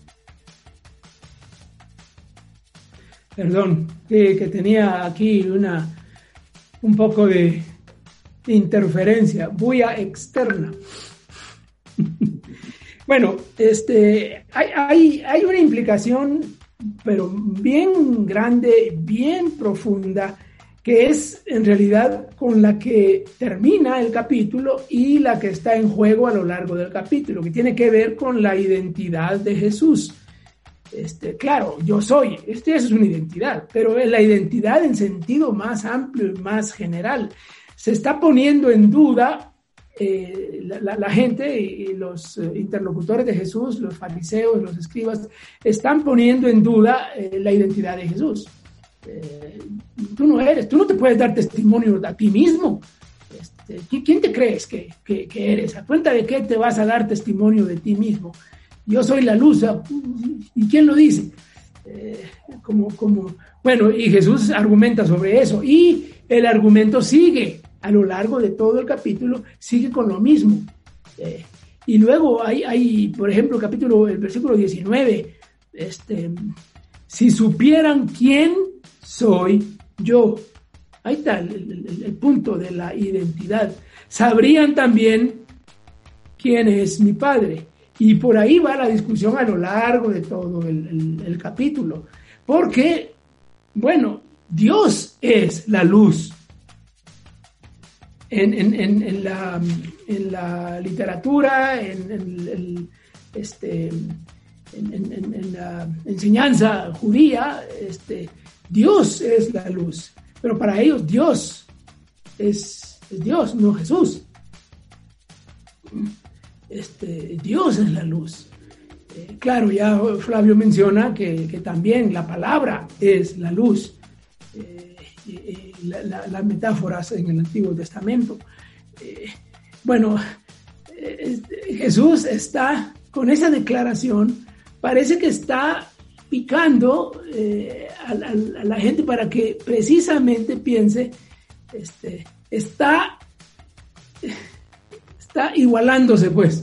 Perdón, que, que tenía aquí una un poco de interferencia, bulla externa. Bueno, este, hay, hay, hay una implicación, pero bien grande, bien profunda, que es en realidad con la que termina el capítulo y la que está en juego a lo largo del capítulo, que tiene que ver con la identidad de Jesús. Este, claro, yo soy, este, eso es una identidad, pero es la identidad en sentido más amplio y más general. Se está poniendo en duda eh, la, la, la gente y, y los eh, interlocutores de Jesús, los fariseos, los escribas, están poniendo en duda eh, la identidad de Jesús. Eh, tú no eres, tú no te puedes dar testimonio a ti mismo. Este, ¿quién te crees que, que, que eres? ¿A cuenta de qué te vas a dar testimonio de ti mismo? Yo soy la luz. ¿Y quién lo dice? Eh, como, como, bueno, y Jesús argumenta sobre eso. Y el argumento sigue a lo largo de todo el capítulo, sigue con lo mismo. Eh, y luego hay, hay, por ejemplo, el capítulo, el versículo diecinueve. Este, si supieran quién soy yo. Ahí está el, el, el punto de la identidad. Sabrían también quién es mi Padre. Y por ahí va la discusión a lo largo de todo el, el, el capítulo. Porque, bueno, Dios es la luz. En, en, en, en, la, en la literatura, en, en, en, este, en, en, en la enseñanza judía, este, Dios es la luz. Pero para ellos Dios es, es Dios, no Jesús. este, Dios es la luz. Eh, claro, ya Flavio menciona que, que también la palabra es la luz. Eh, eh, la, la, las metáforas en el Antiguo Testamento. Eh, bueno, eh, Jesús está, con esa declaración, parece que está picando eh, a, a, a la gente para que precisamente piense, este, está, está igualándose, pues.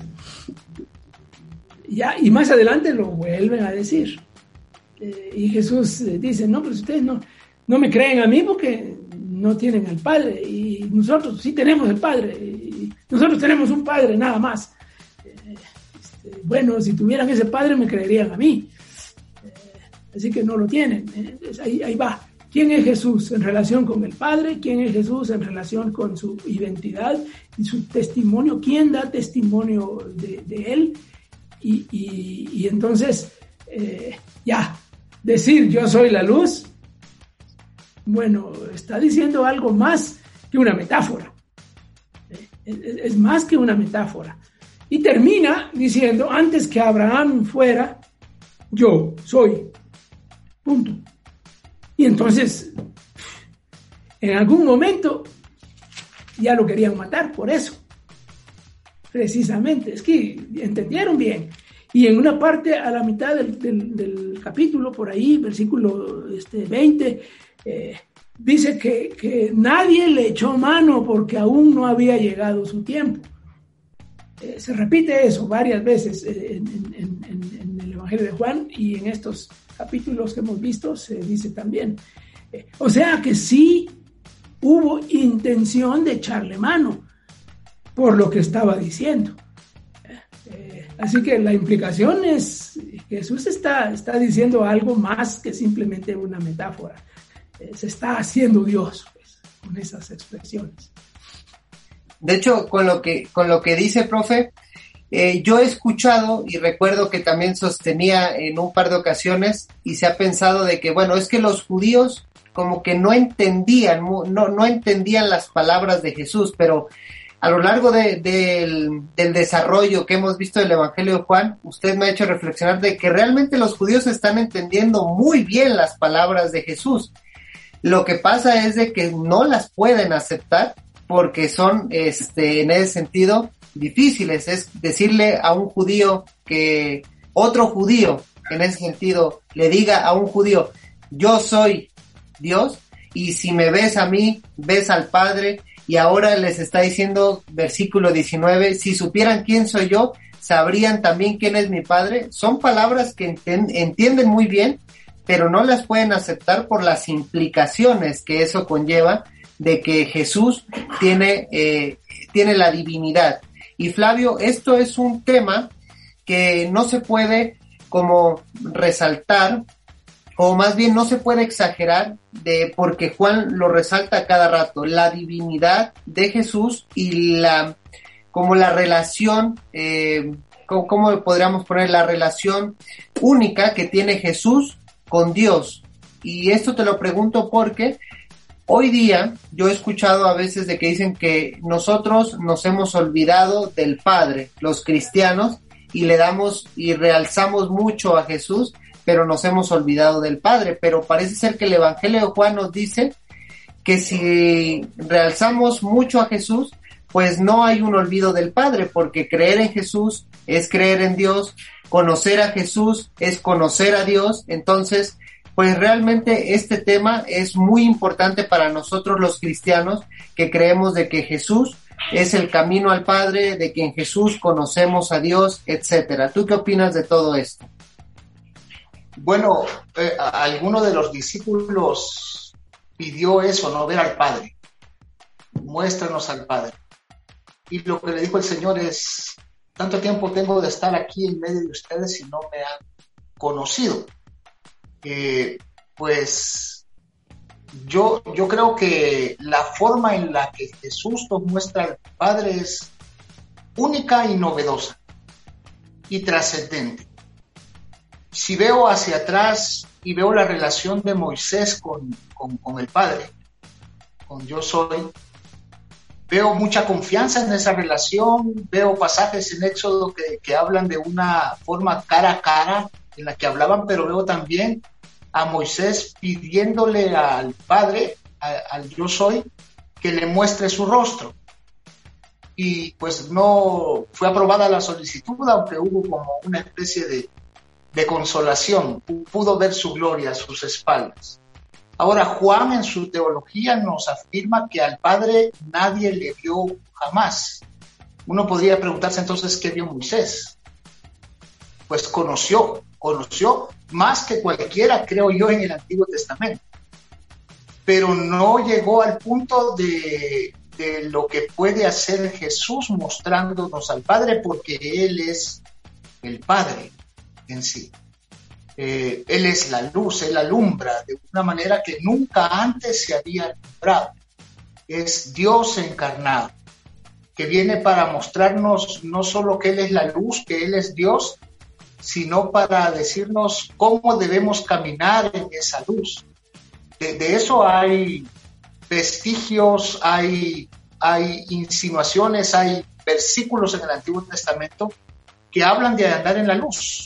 Ya, y más adelante lo vuelven a decir. Eh, y Jesús eh, dice, no, pero ustedes no, no me creen a mí porque no tienen al Padre. Y nosotros sí tenemos el Padre. Y nosotros tenemos un Padre, nada más. Eh, este, bueno, si tuvieran ese Padre me creerían a mí. Eh, así que no lo tienen. Eh, ahí, ahí va. ¿Quién es Jesús en relación con el Padre? ¿Quién es Jesús en relación con su identidad y su testimonio? ¿Quién da testimonio de, de Él? Y, y, y entonces, eh, ya, decir yo soy la luz, bueno, está diciendo algo más que una metáfora. Eh, es, es más que una metáfora. Y termina diciendo, antes que Abraham fuera, yo soy. Punto. Y entonces, en algún momento, ya lo querían matar por eso. Precisamente, es que entendieron bien. Y en una parte, a la mitad del, del, del capítulo, por ahí, versículo este, veinte, eh, dice que, que nadie le echó mano porque aún no había llegado su tiempo. Eh, se repite eso varias veces en, en, en, en el Evangelio de Juan, y en estos capítulos que hemos visto se dice también. Eh, o sea que sí hubo intención de echarle mano por lo que estaba diciendo. Eh, así que la implicación es que Jesús está, está diciendo algo más que simplemente una metáfora. Eh, se está haciendo Dios, pues, con esas expresiones. De hecho, con lo que, con lo que dice, profe, eh, yo he escuchado y recuerdo que también sostenía en un par de ocasiones, y se ha pensado de que, bueno, es que los judíos como que no entendían, no, no entendían las palabras de Jesús, pero a lo largo de, de, del, del desarrollo que hemos visto del Evangelio de Juan, usted me ha hecho reflexionar de que realmente los judíos están entendiendo muy bien las palabras de Jesús. Lo que pasa es de que no las pueden aceptar porque son, este, en ese sentido, difíciles. Es decirle a un judío que otro judío, en ese sentido, le diga a un judío, yo soy Dios, y si me ves a mí, ves al Padre. Y ahora les está diciendo, versículo diecinueve, si supieran quién soy yo, sabrían también quién es mi Padre. Son palabras que enten- entienden muy bien, pero no las pueden aceptar por las implicaciones que eso conlleva de que Jesús tiene, eh, tiene la divinidad. Y Flavio, esto es un tema que no se puede como resaltar, o más bien no se puede exagerar, de porque Juan lo resalta cada rato, la divinidad de Jesús y la como la relación, eh, ¿cómo, cómo podríamos poner? La relación única que tiene Jesús con Dios. Y esto te lo pregunto porque hoy día yo he escuchado a veces de que dicen que nosotros nos hemos olvidado del Padre, los cristianos, y le damos y realzamos mucho a Jesús, pero nos hemos olvidado del Padre. Pero parece ser que el Evangelio de Juan nos dice que si realzamos mucho a Jesús, pues no hay un olvido del Padre, porque creer en Jesús es creer en Dios, conocer a Jesús es conocer a Dios. Entonces, pues realmente este tema es muy importante para nosotros los cristianos, que creemos de que Jesús es el camino al Padre, de que en Jesús conocemos a Dios, etcétera. ¿Tú qué opinas de todo esto? Bueno, eh, alguno de los discípulos pidió eso, no ver al Padre. Muéstranos al Padre. Y lo que le dijo el Señor es, tanto tiempo tengo de estar aquí en medio de ustedes y no me han conocido. Eh, pues yo, yo creo que la forma en la que Jesús nos muestra al Padre es única y novedosa y trascendente. Si veo hacia atrás y veo la relación de Moisés con, con, con el Padre, con yo soy, veo mucha confianza en esa relación, veo pasajes en Éxodo que, que hablan de una forma cara a cara en la que hablaban, pero veo también a Moisés pidiéndole al Padre, a, al Yo Soy, que le muestre su rostro. Y pues no fue aprobada la solicitud, aunque hubo como una especie de, de consolación, pudo ver su gloria, sus espaldas. Ahora Juan en su teología nos afirma que al Padre nadie le vio jamás. Uno podría preguntarse entonces, ¿qué vio Moisés? Pues conoció, conoció más que cualquiera, creo yo, en el Antiguo Testamento. Pero no llegó al punto de... de lo que puede hacer Jesús mostrándonos al Padre, porque Él es el Padre en sí. Eh, él es la luz, Él alumbra de una manera que nunca antes se había alumbrado. Es Dios encarnado, que viene para mostrarnos no solo que Él es la luz, que Él es Dios, sino para decirnos cómo debemos caminar en esa luz. De, de eso hay vestigios, hay, hay insinuaciones, hay versículos en el Antiguo Testamento que hablan de andar en la luz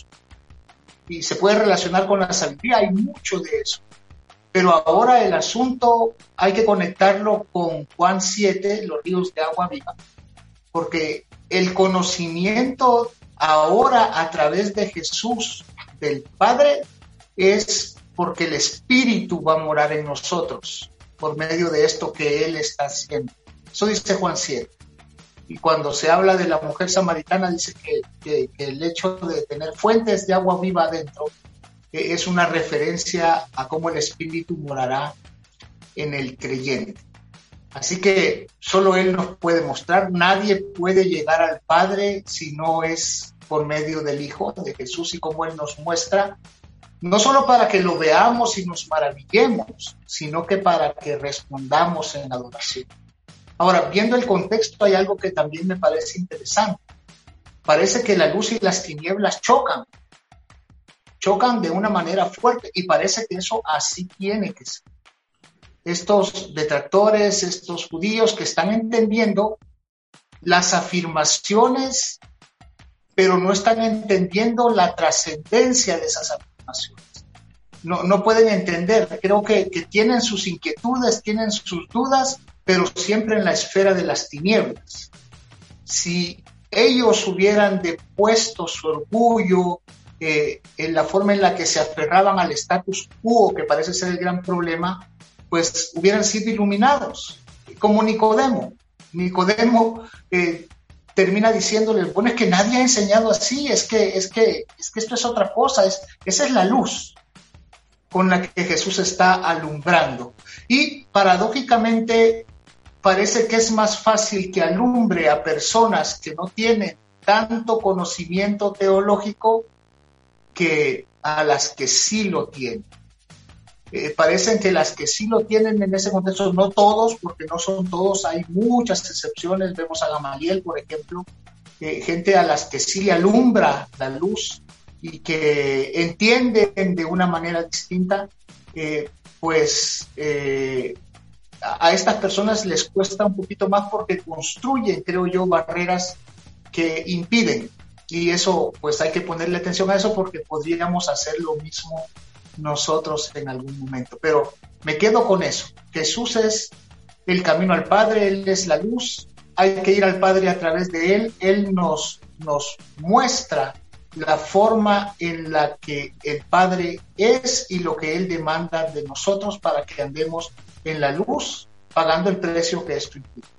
y se puede relacionar con la sabiduría, hay mucho de eso. Pero ahora el asunto hay que conectarlo con Juan siete, los ríos de agua viva, porque el conocimiento ahora a través de Jesús del Padre es porque el Espíritu va a morar en nosotros por medio de esto que Él está haciendo. Eso dice Juan siete. Y cuando se habla de la mujer samaritana, dice que, que, que el hecho de tener fuentes de agua viva adentro eh, es una referencia a cómo el Espíritu morará en el creyente. Así que solo Él nos puede mostrar. Nadie puede llegar al Padre si no es por medio del Hijo, de Jesús, y como Él nos muestra, no solo para que lo veamos y nos maravillemos, sino que para que respondamos en adoración. Ahora, viendo el contexto, hay algo que también me parece interesante. Parece que la luz y las tinieblas chocan, chocan de una manera fuerte, y parece que eso así tiene que ser. Estos detractores, estos judíos que están entendiendo las afirmaciones, pero no están entendiendo la trascendencia de esas afirmaciones. No, no pueden entender, creo que, que tienen sus inquietudes, tienen sus dudas, pero siempre en la esfera de las tinieblas. Si ellos hubieran depuesto su orgullo eh, en la forma en la que se aferraban al status quo, que parece ser el gran problema, pues hubieran sido iluminados, como Nicodemo. Nicodemo eh, termina diciéndoles, bueno, es que nadie ha enseñado así, es que, es que, es que esto es otra cosa, es, esa es la luz con la que Jesús está alumbrando. Y paradójicamente parece que es más fácil que alumbre a personas que no tienen tanto conocimiento teológico que a las que sí lo tienen. Eh, parecen que las que sí lo tienen en ese contexto, no todos, porque no son todos, hay muchas excepciones. Vemos a Gamaliel, por ejemplo, eh, gente a las que sí le alumbra la luz y que entienden de una manera distinta, eh, pues eh, a, a estas personas les cuesta un poquito más porque construyen, creo yo, barreras que impiden, y eso pues hay que ponerle atención a eso, porque podríamos hacer lo mismo nosotros en algún momento. Pero me quedo con eso. Jesús es el camino al Padre, Él es la luz, hay que ir al Padre a través de Él. Él nos, nos muestra la forma en la que el Padre es y lo que Él demanda de nosotros para que andemos en la luz, pagando el precio que esto implica.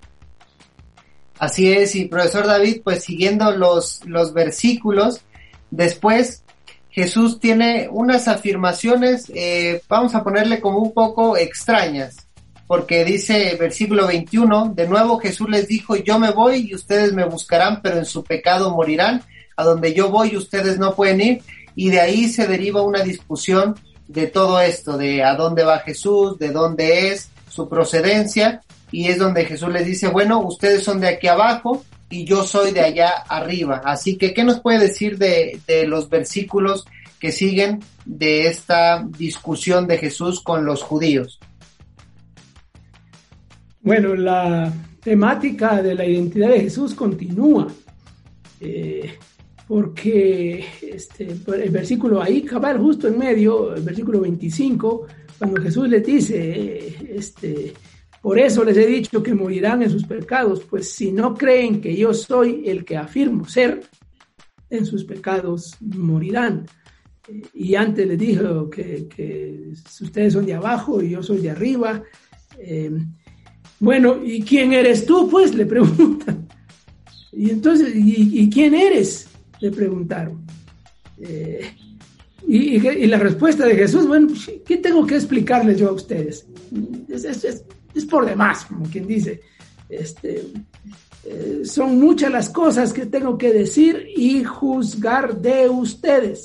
Así es, y profesor David, pues siguiendo los, los versículos, después Jesús tiene unas afirmaciones, eh, vamos a ponerle como un poco extrañas, porque dice versículo veintiuno, de nuevo Jesús les dijo, yo me voy y ustedes me buscarán, pero en su pecado morirán, a donde yo voy ustedes no pueden ir, y de ahí se deriva una discusión de todo esto, de a dónde va Jesús, de dónde es, su procedencia, y es donde Jesús les dice, bueno, ustedes son de aquí abajo y yo soy de allá arriba. Así que, ¿qué nos puede decir de, de los versículos que siguen de esta discusión de Jesús con los judíos? Bueno, la temática de la identidad de Jesús continúa, eh, porque este, el versículo ahí, cabal, justo en medio, el versículo veinticinco, cuando Jesús les dice, eh, este, por eso les he dicho que morirán en sus pecados, pues si no creen que yo soy el que afirmo ser, en sus pecados morirán. Eh, y antes les dijo que, que ustedes son de abajo y yo soy de arriba. Eh, bueno, ¿y quién eres tú? Pues le preguntan. Y entonces, ¿y, y quién eres? Le preguntaron. Eh, y, y la respuesta de Jesús, bueno, ¿qué tengo que explicarles yo a ustedes? Es, es, es, es por demás, como quien dice. Este, eh, son muchas las cosas que tengo que decir y juzgar de ustedes.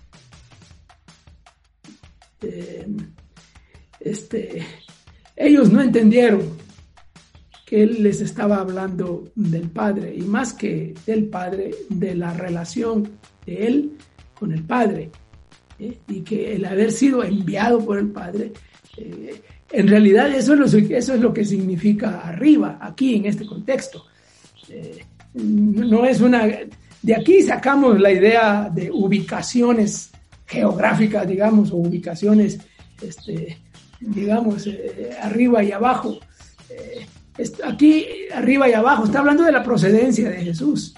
Eh, este, ellos no entendieron que él les estaba hablando del Padre, y más que del Padre, de la relación de él con el Padre, ¿eh? Y que el haber sido enviado por el Padre, eh, en realidad eso es, lo, eso es lo que significa arriba, aquí en este contexto. Eh, no es una... De aquí sacamos la idea de ubicaciones geográficas, digamos, o ubicaciones, este, digamos, eh, arriba y abajo. Eh, Aquí, arriba y abajo, está hablando de la procedencia de Jesús.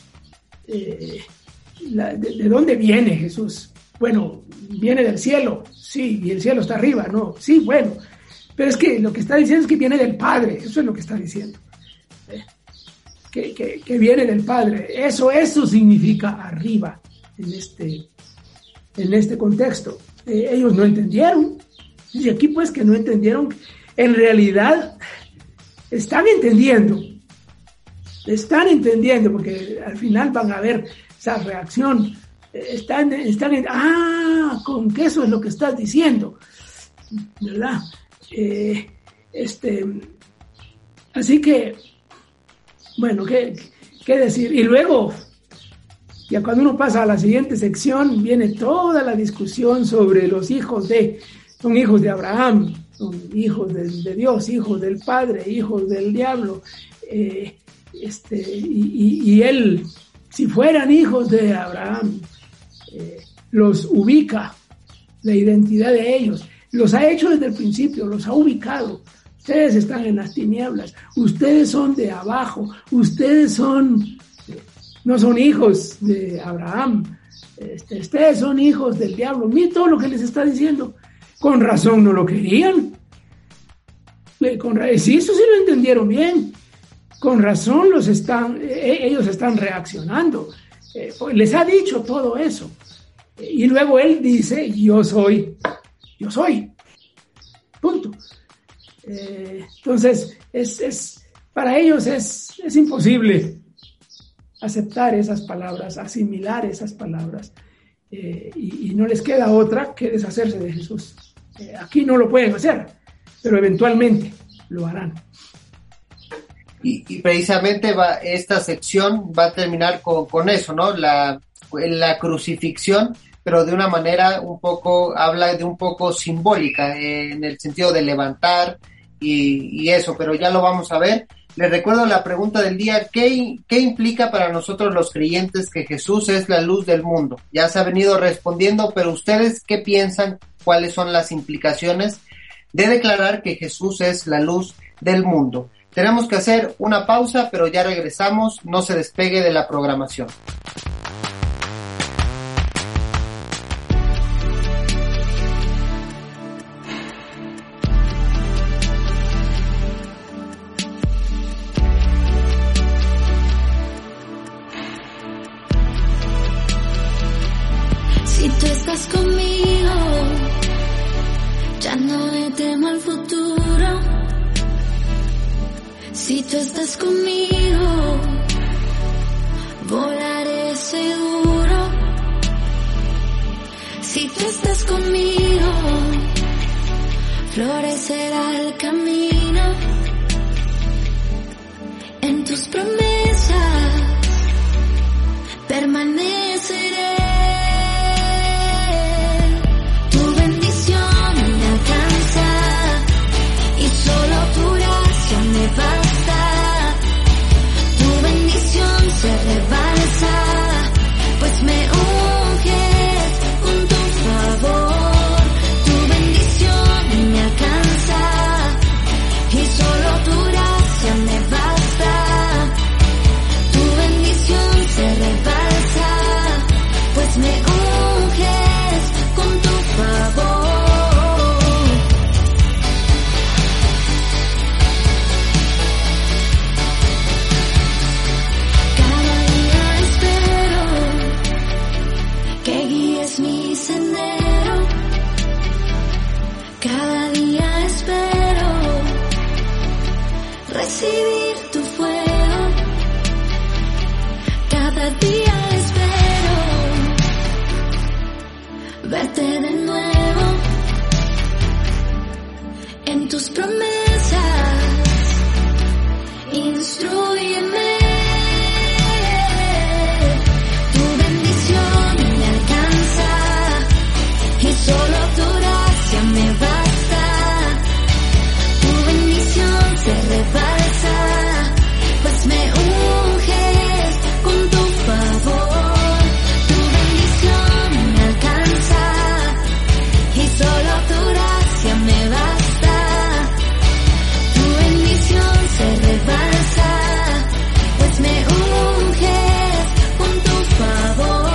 Eh, la, de, ¿De dónde viene Jesús? Bueno, viene del cielo, sí, y el cielo está arriba, ¿no? Sí, bueno, pero es que lo que está diciendo es que viene del Padre, eso es lo que está diciendo. Eh, que, que, que viene del Padre, eso, eso significa arriba en este, en este contexto. Eh, ellos no entendieron, y aquí pues que no entendieron, en realidad... Están entendiendo, están entendiendo, porque al final van a ver esa reacción. Están, están en, ah, con que eso es lo que estás diciendo, ¿verdad? Eh, este, así que, bueno, ¿qué, qué decir? Y luego, ya cuando uno pasa a la siguiente sección, viene toda la discusión sobre los hijos de, son hijos de Abraham, son hijos de, de Dios, hijos del Padre, hijos del diablo, eh, este, y, y, y él, si fueran hijos de Abraham, eh, los ubica, la identidad de ellos, los ha hecho desde el principio, los ha ubicado. Ustedes están en las tinieblas, ustedes son de abajo, ustedes son, no son hijos de Abraham, este, ustedes son hijos del diablo. Miren todo lo que les está diciendo. Con razón no lo querían. Con, sí, eso sí lo entendieron bien. Con razón los están, eh, ellos están reaccionando. Eh, pues les ha dicho todo eso. Eh, y luego él dice, yo soy, yo soy. Punto. Eh, entonces, es, es, para ellos es, es imposible aceptar esas palabras, asimilar esas palabras. Eh, y, y no les queda otra que deshacerse de Jesús. Eh, aquí no lo pueden hacer, pero eventualmente lo harán. Y, y precisamente va, esta sección va a terminar con, con eso, ¿no? La, la crucifixión, pero de una manera un poco, habla de un poco simbólica, eh, en el sentido de levantar y, y eso, pero ya lo vamos a ver. Les recuerdo la pregunta del día, ¿qué, ¿qué implica para nosotros los creyentes que Jesús es la luz del mundo? Ya se ha venido respondiendo, pero ustedes, ¿qué piensan? ¿Cuáles son las implicaciones de declarar que Jesús es la luz del mundo? Tenemos que hacer una pausa, pero ya regresamos, no se despegue de la programación. Si tú estás conmigo, ya no le temo al futuro. Si tú estás conmigo, volaré seguro. Si tú estás conmigo, florecerá el camino. En tus promesas permaneceré. Solo tu gracia me basta. es mi sendero. Cada día espero recibir tu fuego. Cada día espero verte de nuevo en tus promesas. Instrúyeme. Tu bendición me alcanza y solo tu gracia me basta. Tu bendición se rebalsa, pues me unges con tu favor. Tu bendición me alcanza y solo tu gracia me basta. Tu bendición se rebalsa, pues me unges con tu favor.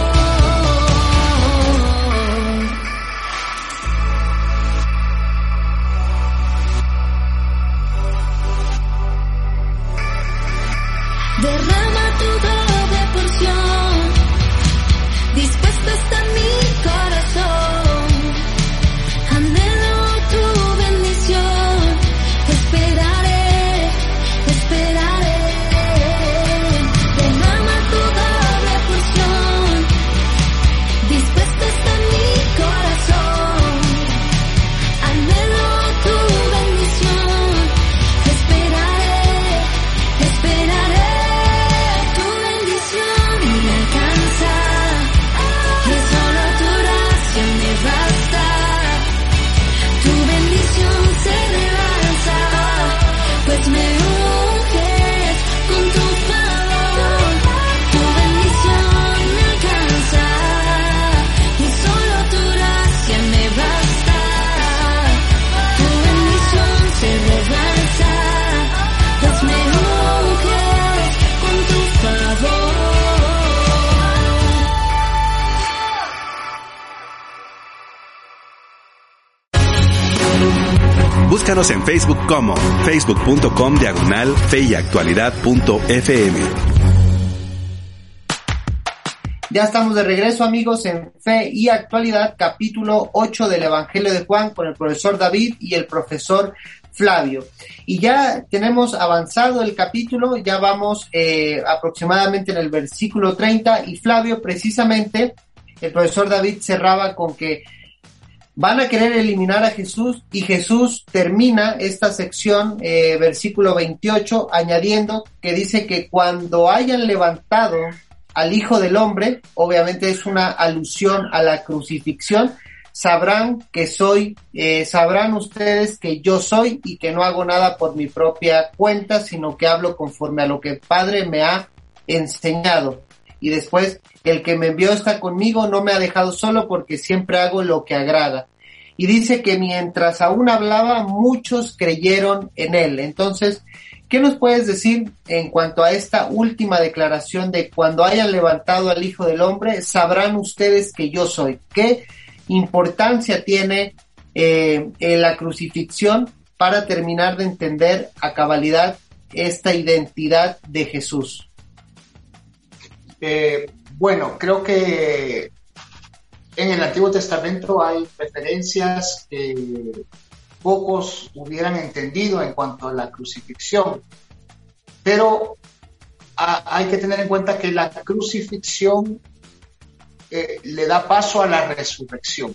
Derrama tu doble porción, dispuesto está mi corazón. Anhelo tu bendición, esperaré, esperaré. Derrama tu doble porción, dispuesto está mi corazón. Anhelo tu bendición, esperaré, esperaré. Tu bendición me alcanza y solo tu gracia me basta. Tu bendición se rebalsa, pues me unges con tu favor. Tu bendición me alcanza y solo tu gracia me basta. Tu bendición se rebalsa, pues me unges con tu favor. Búscanos en Facebook como facebook.com diagonal fe y actualidad punto fm. Ya estamos de regreso, amigos, en Fe y Actualidad, capítulo ocho del Evangelio de Juan, con el profesor David y el profesor Flavio. Y ya tenemos avanzado el capítulo, ya vamos eh, aproximadamente en el versículo treinta, y Flavio, precisamente, el profesor David cerraba con que van a querer eliminar a Jesús, y Jesús termina esta sección, eh, versículo veintiocho, añadiendo que dice que cuando hayan levantado al Hijo del Hombre, obviamente es una alusión a la crucifixión, sabrán que soy, eh, sabrán ustedes que yo soy y que no hago nada por mi propia cuenta, sino que hablo conforme a lo que el Padre me ha enseñado. Y después, el que me envió está conmigo, no me ha dejado solo porque siempre hago lo que agrada. Y dice que mientras aún hablaba, muchos creyeron en él. Entonces, ¿qué nos puedes decir en cuanto a esta última declaración de cuando hayan levantado al Hijo del Hombre, sabrán ustedes que yo soy? ¿Qué importancia tiene eh, en la crucifixión para terminar de entender a cabalidad esta identidad de Jesús? Eh, bueno, creo que en el Antiguo Testamento hay referencias que pocos hubieran entendido en cuanto a la crucifixión, pero a, hay que tener en cuenta que la crucifixión eh, le da paso a la resurrección.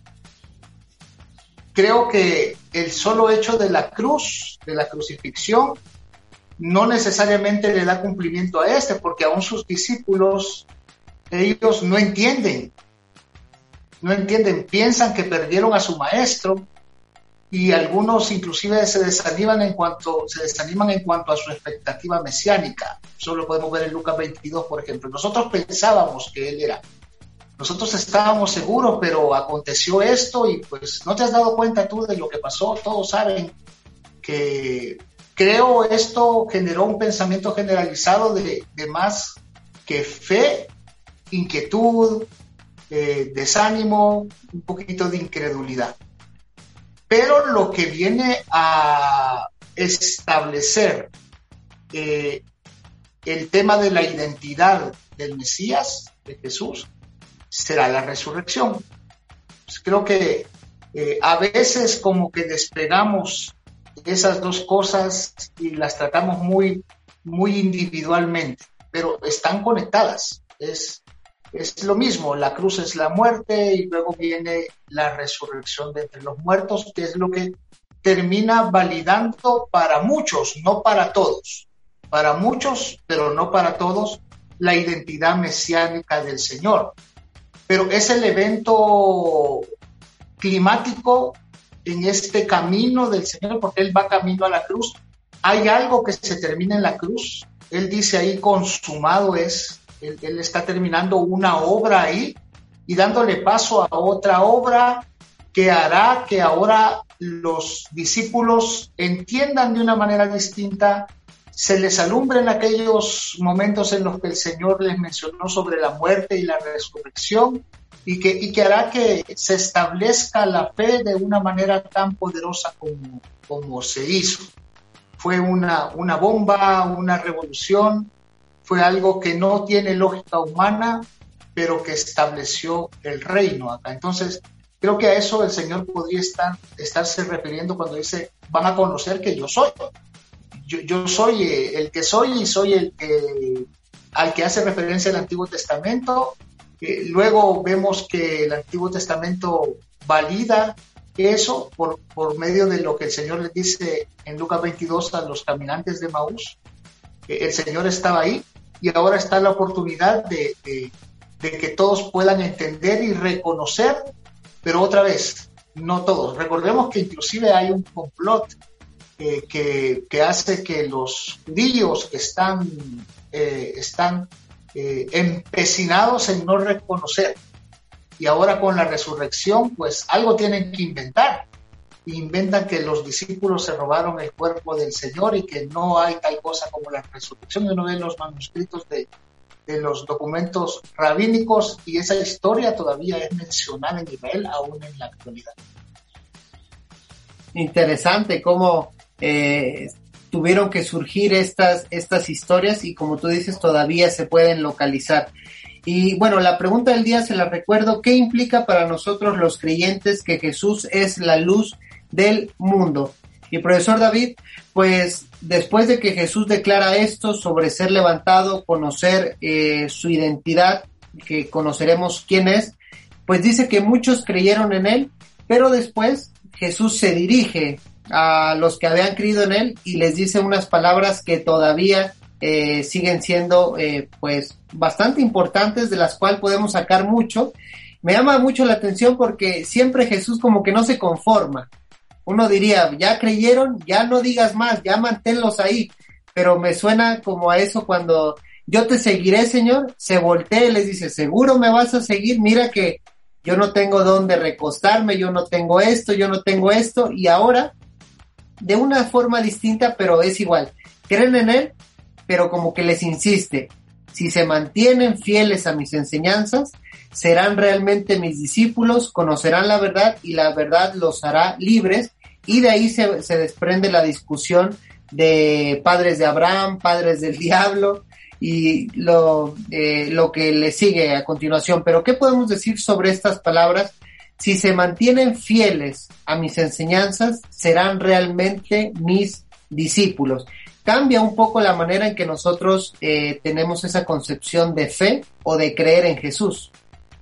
Creo que el solo hecho de la cruz, de la crucifixión, no necesariamente le da cumplimiento a este, porque aún sus discípulos, ellos no entienden, no entienden, piensan que perdieron a su maestro, y algunos inclusive se desaniman en cuanto, se desaniman en cuanto a su expectativa mesiánica. Eso lo podemos ver en Lucas veintidós, por ejemplo. Nosotros pensábamos que él era, nosotros estábamos seguros, pero aconteció esto, y pues no te has dado cuenta tú de lo que pasó. Todos saben que creo esto generó un pensamiento generalizado de, de más que fe, inquietud, eh, desánimo, un poquito de incredulidad. Pero lo que viene a establecer eh, el tema de la identidad del Mesías, de Jesús, será la resurrección. Pues creo que eh, a veces como que despegamos esas dos cosas y las tratamos muy, muy individualmente, pero están conectadas. Es, es lo mismo, la cruz es la muerte y luego viene la resurrección de entre los muertos, que es lo que termina validando para muchos, no para todos. Para muchos, pero no para todos, la identidad mesiánica del Señor. Pero es el evento climático en este camino del Señor, porque Él va camino a la cruz. Hay algo que se termina en la cruz. Él dice ahí, consumado es. Él, él está terminando una obra ahí y dándole paso a otra obra que hará que ahora los discípulos entiendan de una manera distinta, se les alumbre en aquellos momentos en los que el Señor les mencionó sobre la muerte y la resurrección, y que, y que hará que se establezca la fe de una manera tan poderosa como, como se hizo. Fue una, una bomba, una revolución, fue algo que no tiene lógica humana, pero que estableció el reino acá. Entonces, creo que a eso el Señor podría estar, estarse refiriendo cuando dice, van a conocer que yo soy. Yo, yo soy el que soy y soy el que, al que hace referencia el Antiguo Testamento. Eh, luego vemos que el Antiguo Testamento valida eso por, por medio de lo que el Señor les dice en Lucas veintidós a los caminantes de Maús. Eh, el Señor estaba ahí y ahora está la oportunidad de, de, de que todos puedan entender y reconocer, pero otra vez, no todos. Recordemos que inclusive hay un complot Eh, que, que hace que los judíos que están, eh, están eh, empecinados en no reconocer. Y ahora con la resurrección, pues algo tienen que inventar. Inventan que los discípulos se robaron el cuerpo del Señor y que no hay tal cosa como la resurrección. Uno ve los manuscritos de, de los documentos rabínicos y esa historia todavía es mencionada en Israel aún en la actualidad. Interesante cómo Eh, tuvieron que surgir estas, estas historias y como tú dices todavía se pueden localizar. Y bueno, la pregunta del día se la recuerdo: ¿qué implica para nosotros los creyentes que Jesús es la luz del mundo? Y profesor David, pues después de que Jesús declara esto sobre ser levantado, conocer eh, su identidad, que conoceremos quién es, pues dice que muchos creyeron en él, pero después Jesús se dirige a los que habían creído en él y les dice unas palabras que todavía eh, siguen siendo eh, pues bastante importantes, de las cuales podemos sacar mucho. Me llama mucho la atención porque siempre Jesús como que no se conforma. Uno diría, ya creyeron, ya no digas más, ya manténlos ahí, pero me suena como a eso cuando yo te seguiré, Señor. Se voltea y les dice, ¿seguro me vas a seguir? Mira que yo no tengo dónde recostarme, yo no tengo esto, yo no tengo esto, y ahora de una forma distinta, pero es igual. Creen en él, pero como que les insiste, si se mantienen fieles a mis enseñanzas, serán realmente mis discípulos, conocerán la verdad y la verdad los hará libres. Y de ahí se, se desprende la discusión de padres de Abraham, padres del diablo y lo, eh, lo que le sigue a continuación. Pero ¿qué podemos decir sobre estas palabras? Si se mantienen fieles a mis enseñanzas, serán realmente mis discípulos. Cambia un poco la manera en que nosotros eh, tenemos esa concepción de fe o de creer en Jesús.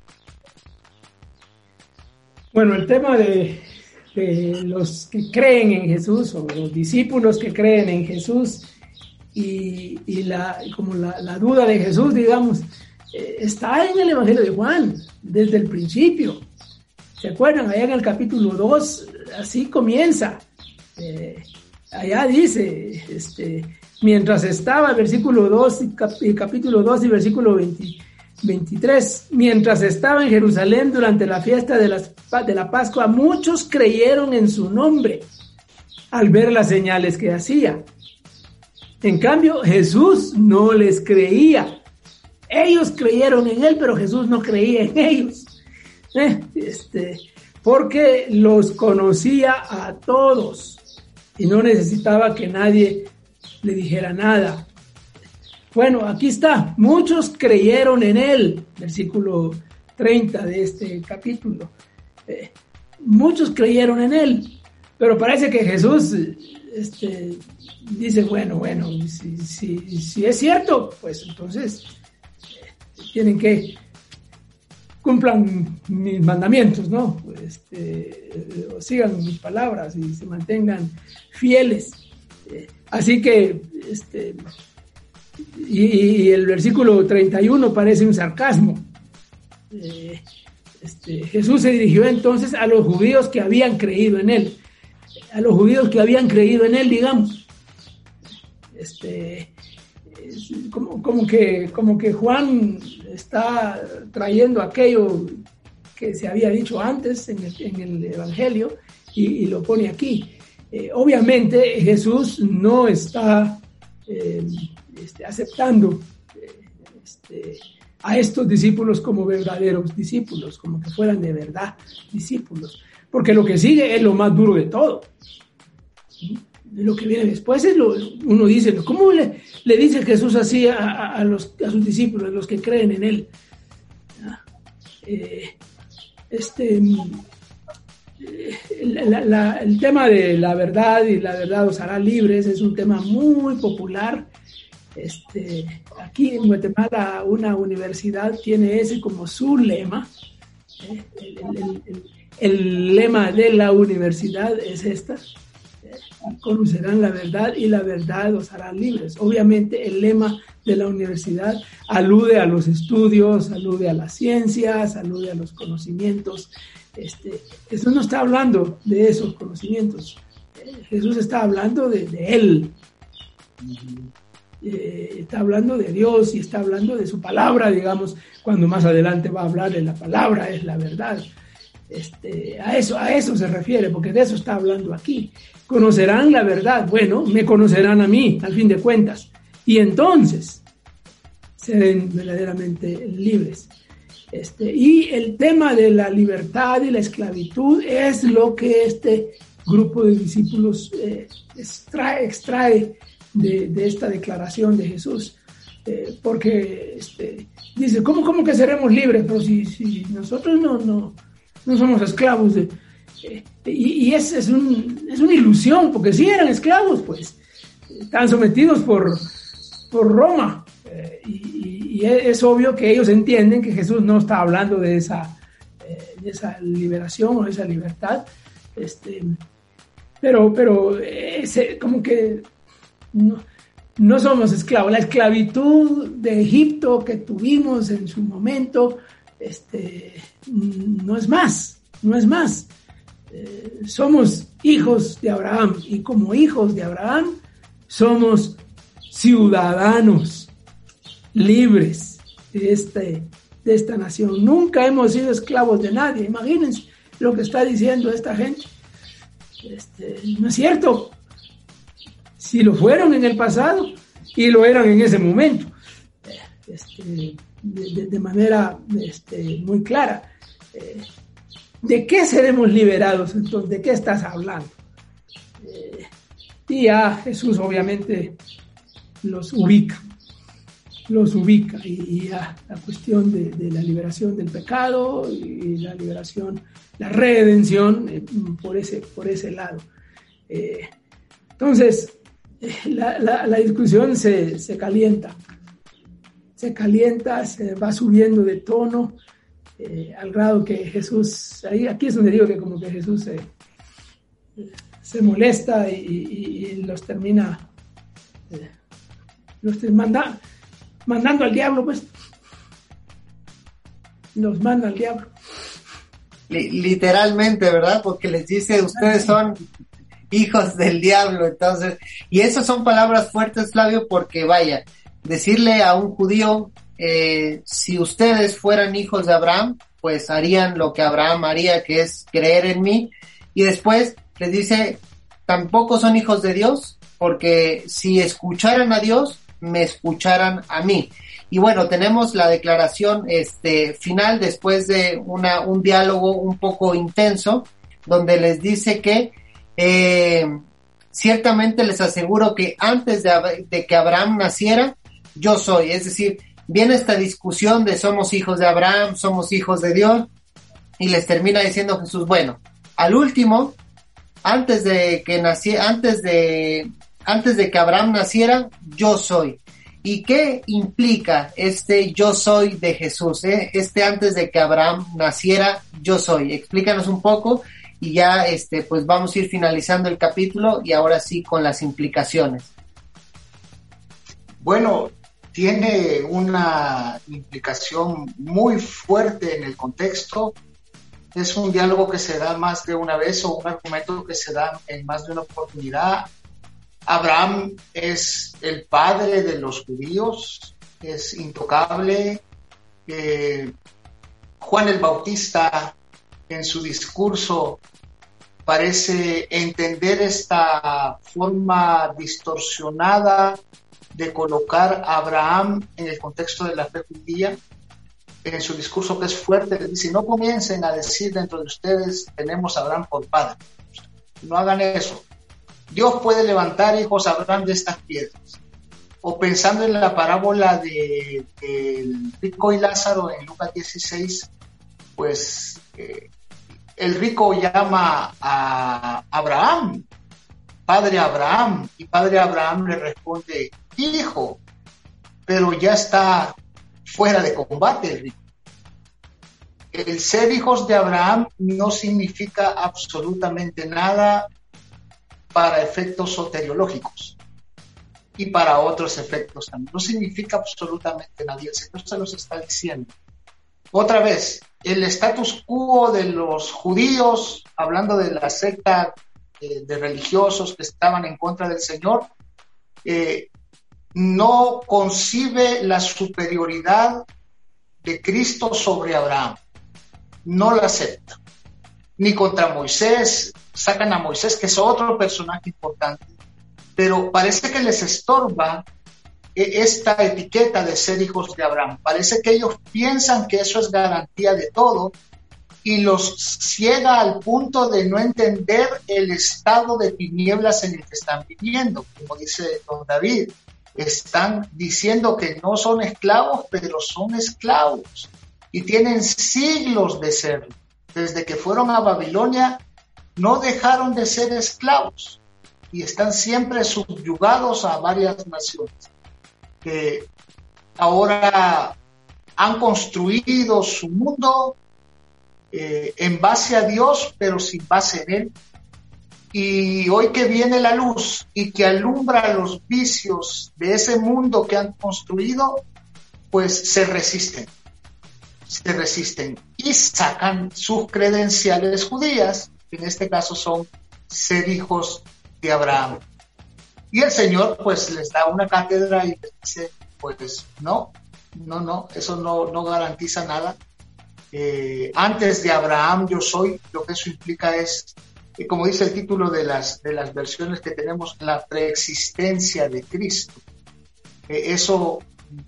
Bueno, el tema de, de los que creen en Jesús o los discípulos que creen en Jesús y, y la, como la, la duda de Jesús, digamos, eh, está en el Evangelio de Juan desde el principio. ¿Se acuerdan? Allá en el capítulo dos, así comienza. Eh, allá dice, este, mientras estaba, versículo dos, cap, capítulo dos y versículo veinte, veintitrés, mientras estaba en Jerusalén durante la fiesta de, las, de la Pascua, muchos creyeron en su nombre al ver las señales que hacía. En cambio, Jesús no les creía. Ellos creyeron en él, pero Jesús no creía en ellos. Eh, este, porque los conocía a todos y no necesitaba que nadie le dijera nada. Bueno, aquí está, muchos creyeron en él, versículo treinta de este capítulo. Eh, muchos creyeron en él, pero parece que Jesús este, dice, bueno, bueno, si, si, si es cierto, pues entonces eh, tienen que cumplan mis mandamientos, ¿no? Este, o sigan mis palabras y se mantengan fieles. Eh, así que, este, y, y el versículo treinta y uno parece un sarcasmo. Eh, este, Jesús se dirigió entonces a los judíos que habían creído en él, a los judíos que habían creído en él, digamos. Este, como, como que, como que Juan está trayendo aquello que se había dicho antes en el, en el Evangelio y, y lo pone aquí. Eh, obviamente Jesús no está eh, este, aceptando eh, este, a estos discípulos como verdaderos discípulos, como que fueran de verdad discípulos, porque lo que sigue es lo más duro de todo. ¿Sí? Lo que viene después es lo, uno dice, ¿cómo le, le dice Jesús así a, a, a, los, a sus discípulos, los que creen en él? Eh, este, la, la, el tema de la verdad y la verdad os hará libres es un tema muy popular. Este, aquí en Guatemala una universidad tiene ese como su lema. Eh, el, el, el, el, el lema de la universidad es esta: conocerán la verdad y la verdad os hará libres. Obviamente el lema de la universidad alude a los estudios, alude a las ciencias, alude a los conocimientos. Este, Jesús no está hablando de esos conocimientos, Jesús está hablando de, de Él, eh, está hablando de Dios y está hablando de su palabra, digamos, cuando más adelante va a hablar de la palabra, es la verdad. Este, a eso, a eso se refiere, porque de eso está hablando aquí. Conocerán la verdad, bueno, me conocerán a mí, al fin de cuentas, y entonces serán verdaderamente libres. Este, y el tema de la libertad y la esclavitud es lo que este grupo de discípulos eh, extrae, extrae de, de esta declaración de Jesús, eh, porque este, dice, ¿cómo, cómo que seremos libres? Pero si, si nosotros no, no, no somos esclavos de... Eh, y y es, es, un, es una ilusión, porque sí eran esclavos, pues, están sometidos por, por Roma, eh, y, y es obvio que ellos entienden que Jesús no está hablando de esa, eh, de esa liberación o de esa libertad, este, pero, pero ese, como que no, no somos esclavos. La esclavitud de Egipto que tuvimos en su momento, este, no es más, no es más. Eh, somos hijos de Abraham y como hijos de Abraham somos ciudadanos libres de, este, de esta nación. Nunca hemos sido esclavos de nadie. Imagínense lo que está diciendo esta gente. Este, no es cierto. Si lo fueron en el pasado y lo eran en ese momento, este, de, de, de manera este, muy clara. Eh, ¿De qué seremos liberados entonces? ¿De qué estás hablando? Eh, y ya Jesús obviamente los ubica, los ubica y, y ya la cuestión de, de la liberación del pecado y la liberación, la redención eh, por ese, por ese lado. Eh, entonces, eh, la, la, la discusión se, se calienta, se calienta, se va subiendo de tono. Eh, al grado que Jesús, ahí, aquí es donde digo que como que Jesús se, se molesta y, y, y los termina eh, los ter- manda, mandando al diablo, pues los manda al diablo. Literalmente, ¿verdad? Porque les dice, ustedes son hijos del diablo, entonces, y esas son palabras fuertes, Flavio, porque vaya, decirle a un judío, Eh, si ustedes fueran hijos de Abraham, pues harían lo que Abraham haría, que es creer en mí. Y después les dice, tampoco son hijos de Dios, porque si escucharan a Dios, me escucharan a mí. Y bueno, tenemos la declaración este, final después de una, un diálogo un poco intenso, donde les dice que eh, ciertamente les aseguro que antes de, de que Abraham naciera, yo soy. Es decir, viene esta discusión de somos hijos de Abraham, somos hijos de Dios, y les termina diciendo Jesús, bueno, al último, antes de que naciera, antes de, antes de que Abraham naciera, yo soy. ¿Y qué implica este yo soy de Jesús? Eh? Este antes de que Abraham naciera, yo soy. Explícanos un poco y ya este, pues vamos a ir finalizando el capítulo y ahora sí con las implicaciones. Bueno, tiene una implicación muy fuerte en el contexto. Es un diálogo que se da más de una vez o un argumento que se da en más de una oportunidad. Abraham es el padre de los judíos, es intocable. Eh, Juan el Bautista en su discurso parece entender esta forma distorsionada de colocar a Abraham en el contexto de la fe judía. En su discurso, que es fuerte, le dice, no comiencen a decir dentro de ustedes, tenemos a Abraham por padre. No hagan eso. Dios puede levantar hijos a Abraham de estas piedras. O pensando en la parábola de, de el rico y Lázaro en Lucas dieciséis, pues eh, el rico llama a Abraham, padre Abraham, y padre Abraham le responde, hijo, pero ya está fuera de combate el rico. El ser hijos de Abraham no significa absolutamente nada para efectos soteriológicos y para otros efectos también. No significa absolutamente nada. El Señor se los está diciendo. Otra vez, el status quo de los judíos, hablando de la secta eh, de religiosos que estaban en contra del Señor, eh, no concibe la superioridad de Cristo sobre Abraham. No la acepta. Ni contra Moisés, sacan a Moisés, que es otro personaje importante, pero parece que les estorba esta etiqueta de ser hijos de Abraham. Parece que ellos piensan que eso es garantía de todo y los ciega al punto de no entender el estado de tinieblas en el que están viviendo. Como dice don David, están diciendo que no son esclavos, pero son esclavos y tienen siglos de serlo. Desde que fueron a Babilonia no dejaron de ser esclavos y están siempre subyugados a varias naciones que ahora han construido su mundo eh, en base a Dios, pero sin base en Él. Y hoy que viene la luz y que alumbra los vicios de ese mundo que han construido, pues se resisten, se resisten y sacan sus credenciales judías, que en este caso son ser hijos de Abraham. Y el Señor pues les da una cátedra y les dice, pues no, no, no, eso no, no garantiza nada. Eh, antes de Abraham yo soy, lo que eso implica es, eh, como dice el título de las, de las versiones que tenemos, la preexistencia de Cristo. Eh, eso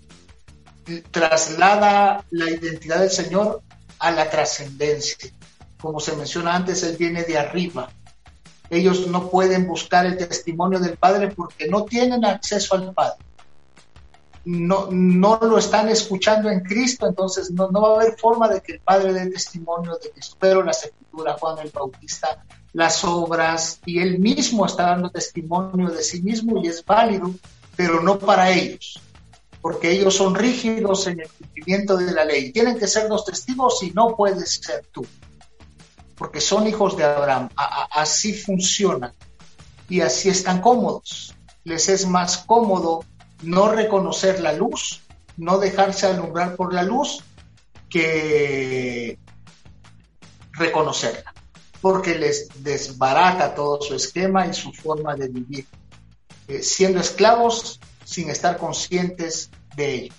traslada la identidad del Señor a la trascendencia. Como se menciona antes, Él viene de arriba. Ellos no pueden buscar el testimonio del Padre porque no tienen acceso al Padre. No, no lo están escuchando en Cristo, entonces no, no va a haber forma de que el Padre dé testimonio de Cristo. Pero las Escrituras, Juan el Bautista, las obras, y Él mismo está dando testimonio de sí mismo y es válido, pero no para ellos, porque ellos son rígidos en el cumplimiento de la ley. Tienen que ser dos testigos y no puedes ser tú, porque son hijos de Abraham. A, a, así funcionan y así están cómodos. Les es más cómodo no reconocer la luz, no dejarse alumbrar por la luz, que reconocerla, porque les desbarata todo su esquema y su forma de vivir, eh, siendo esclavos sin estar conscientes de ello.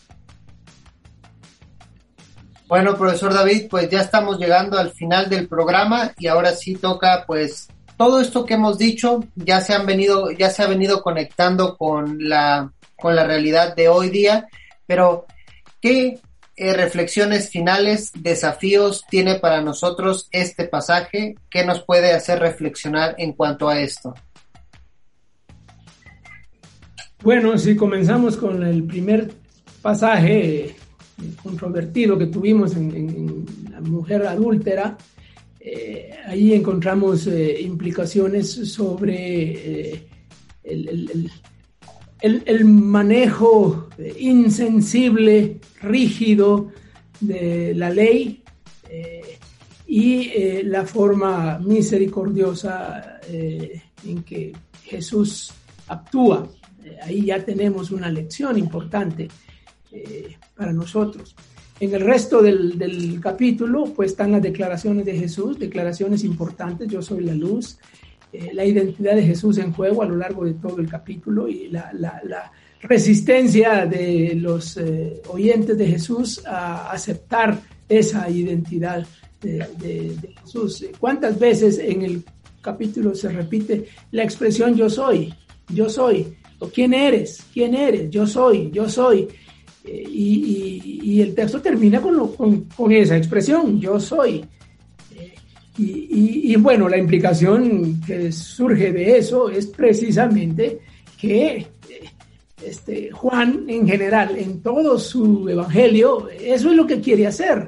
Bueno, profesor David, pues ya estamos llegando al final del programa y ahora sí toca, pues, todo esto que hemos dicho ya se han venido, ya se ha venido conectando con la, con la realidad de hoy día, pero ¿qué eh, reflexiones finales, desafíos tiene para nosotros este pasaje? ¿Qué nos puede hacer reflexionar en cuanto a esto? Bueno, si comenzamos con el primer pasaje controvertido que tuvimos en, en, en la mujer adúltera, eh, ahí encontramos eh, implicaciones sobre eh, el, el, el, el manejo insensible, rígido de la ley eh, y eh, la forma misericordiosa eh, en que Jesús actúa. Eh, ahí ya tenemos una lección importante eh, para nosotros. En el resto del, del capítulo pues están las declaraciones de Jesús, declaraciones importantes: yo soy la luz, eh, la identidad de Jesús en juego a lo largo de todo el capítulo, y la, la, la resistencia de los eh, oyentes de Jesús a aceptar esa identidad de, de, de Jesús. ¿Cuántas veces en el capítulo se repite la expresión yo soy, yo soy, o quién eres, quién eres, yo soy, yo soy? Eh, y, y, y el texto termina con, lo, con, con esa expresión, yo soy. Eh, y, y, y bueno, la implicación que surge de eso es precisamente que Este, Juan, en general, en todo su evangelio, eso es lo que quiere hacer.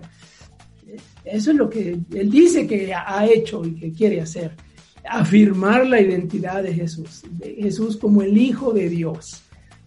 Eso es lo que él dice que ha hecho y que quiere hacer. Afirmar la identidad de Jesús. De Jesús como el Hijo de Dios.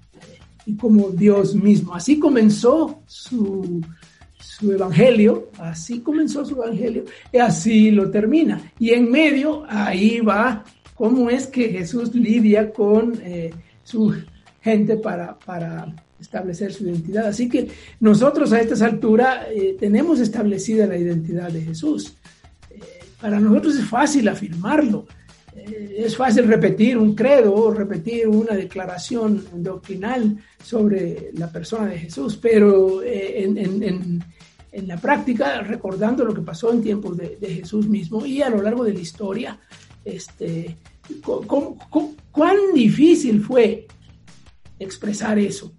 Y como Dios mismo. Así comenzó su, su evangelio. Así comenzó su evangelio. Y así lo termina. Y en medio, ahí va cómo es que Jesús lidia con eh, su gente para, para establecer su identidad. Así que nosotros a estas alturas eh, tenemos establecida la identidad de Jesús. Eh, para nosotros es fácil afirmarlo. Eh, es fácil repetir un credo o repetir una declaración doctrinal sobre la persona de Jesús, pero eh, en, en, en, en la práctica, recordando lo que pasó en tiempos de, de Jesús mismo y a lo largo de la historia, este, ¿cómo, cómo, cuán difícil fue expresar eso?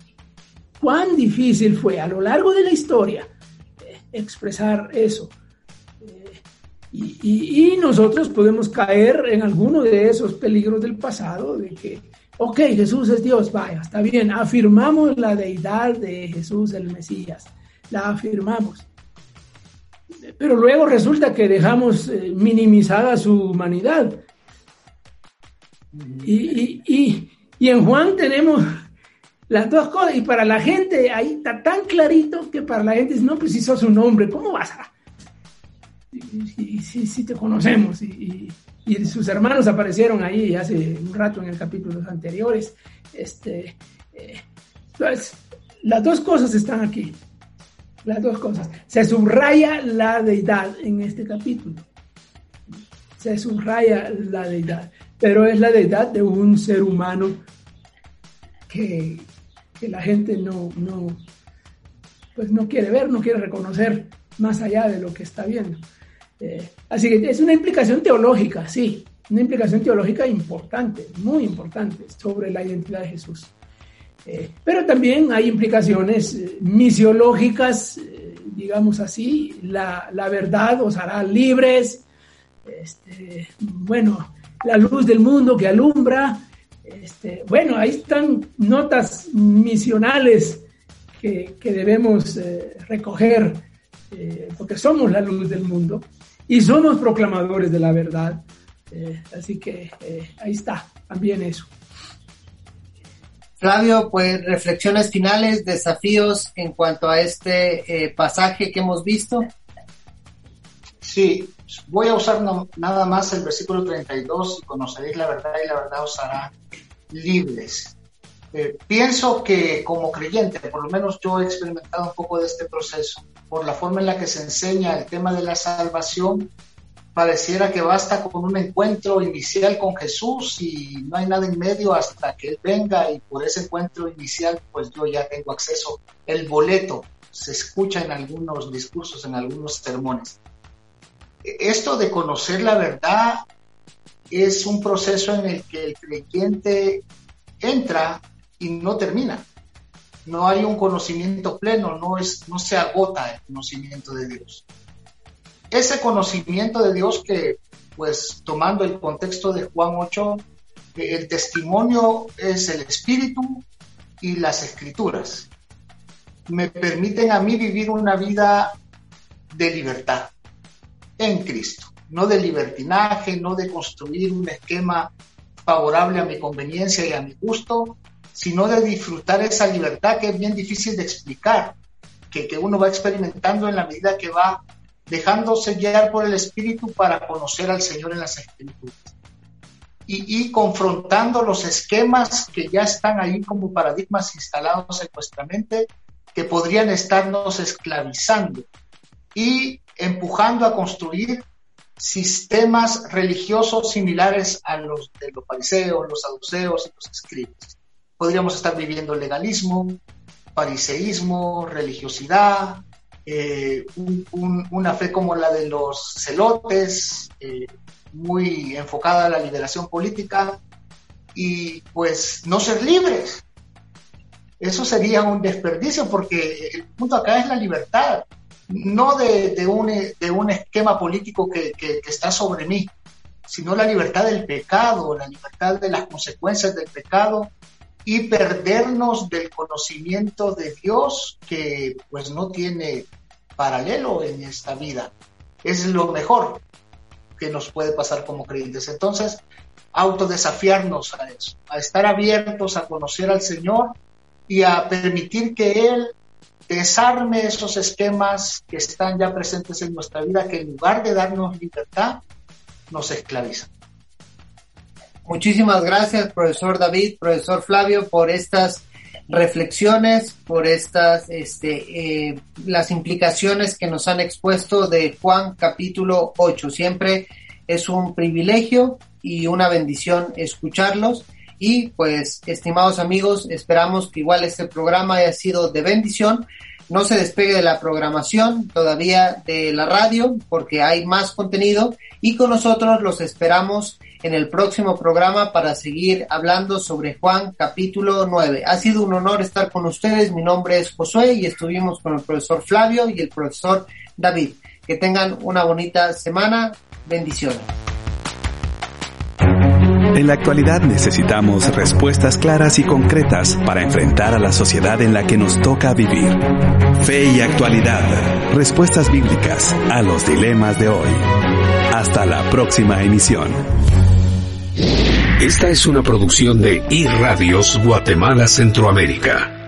Cuán difícil fue a lo largo de la historia eh, expresar eso. Eh, y, y, y nosotros podemos caer en alguno de esos peligros del pasado, de que, ok, Jesús es Dios, vaya, está bien, afirmamos la deidad de Jesús el Mesías, la afirmamos. Pero luego resulta que dejamos eh, minimizada su humanidad. Y, y, y Y en Juan tenemos las dos cosas, y para la gente ahí está tan clarito que para la gente dice, no, pues si sos un hombre, ¿cómo vas a...? Si, si, si te conocemos, y, y, y sus hermanos aparecieron ahí hace un rato en el capítulo anteriores. Este, eh, pues, las dos cosas están aquí, las dos cosas. Se subraya la deidad en este capítulo, se subraya la deidad. Pero es la deidad de un ser humano que, que la gente no, no, pues no quiere ver, no quiere reconocer más allá de lo que está viendo. Eh, así que es una implicación teológica, sí, una implicación teológica importante, muy importante, sobre la identidad de Jesús. Eh, pero también hay implicaciones eh, misiológicas, eh, digamos así, la, la verdad os hará libres, este, bueno, la luz del mundo que alumbra, este, bueno, ahí están notas misionales que, que debemos eh, recoger, eh, porque somos la luz del mundo y somos proclamadores de la verdad, eh, así que eh, ahí está también eso. Flavio, pues reflexiones finales, desafíos en cuanto a este eh, pasaje que hemos visto. Sí, voy a usar no, nada más el versículo treinta y dos, y conoceréis la verdad y la verdad os hará libres. Eh, pienso que como creyente, por lo menos yo he experimentado un poco de este proceso, por la forma en la que se enseña el tema de la salvación, pareciera que basta con un encuentro inicial con Jesús y no hay nada en medio hasta que Él venga, y por ese encuentro inicial pues yo ya tengo acceso, el boleto, se escucha en algunos discursos, en algunos sermones. Esto de conocer la verdad es un proceso en el que el creyente entra y no termina. No hay un conocimiento pleno, no, es, no se agota el conocimiento de Dios. Ese conocimiento de Dios que, pues, tomando el contexto de Juan ocho, el testimonio es el Espíritu y las Escrituras. me permiten a mí vivir una vida de libertad en Cristo, no de libertinaje, no de construir un esquema favorable a mi conveniencia y a mi gusto, sino de disfrutar esa libertad que es bien difícil de explicar, que, que uno va experimentando en la medida que va dejándose guiar por el Espíritu para conocer al Señor en las Escrituras. Y, y confrontando los esquemas que ya están ahí como paradigmas instalados en nuestra mente, que podrían estarnos esclavizando y empujando a construir sistemas religiosos similares a los de los fariseos, los saduceos y los escribas. Podríamos estar viviendo legalismo, fariseísmo, religiosidad, eh, un, un, una fe como la de los celotes, eh, muy enfocada a la liberación política, y pues no ser libres. Eso sería un desperdicio, porque el punto acá es la libertad, no de, de, un, de un esquema político que, que, que está sobre mí, sino la libertad del pecado, la libertad de las consecuencias del pecado, y perdernos del conocimiento de Dios, que pues no tiene paralelo en esta vida. Es lo mejor que nos puede pasar como creyentes. Entonces, autodesafiarnos a eso, a estar abiertos a conocer al Señor y a permitir que Él desarme esos esquemas que están ya presentes en nuestra vida, que en lugar de darnos libertad, nos esclavizan. Muchísimas gracias, profesor David, profesor Flavio, por estas reflexiones, por estas, este, eh, las implicaciones que nos han expuesto de Juan capítulo ocho. Siempre es un privilegio y una bendición escucharlos. Y pues, estimados amigos, esperamos que igual este programa haya sido de bendición. No se despegue de la programación todavía de la radio, porque hay más contenido, y con nosotros los esperamos en el próximo programa para seguir hablando sobre Juan capítulo nueve. Ha sido un honor estar con ustedes. Mi nombre es Josué y estuvimos con el profesor Flavio y el profesor David. Que tengan una bonita semana. Bendiciones. En la actualidad necesitamos respuestas claras y concretas para enfrentar a la sociedad en la que nos toca vivir. Fe y actualidad. Respuestas bíblicas a los dilemas de hoy. Hasta la próxima emisión. Esta es una producción de iRadios Guatemala Centroamérica.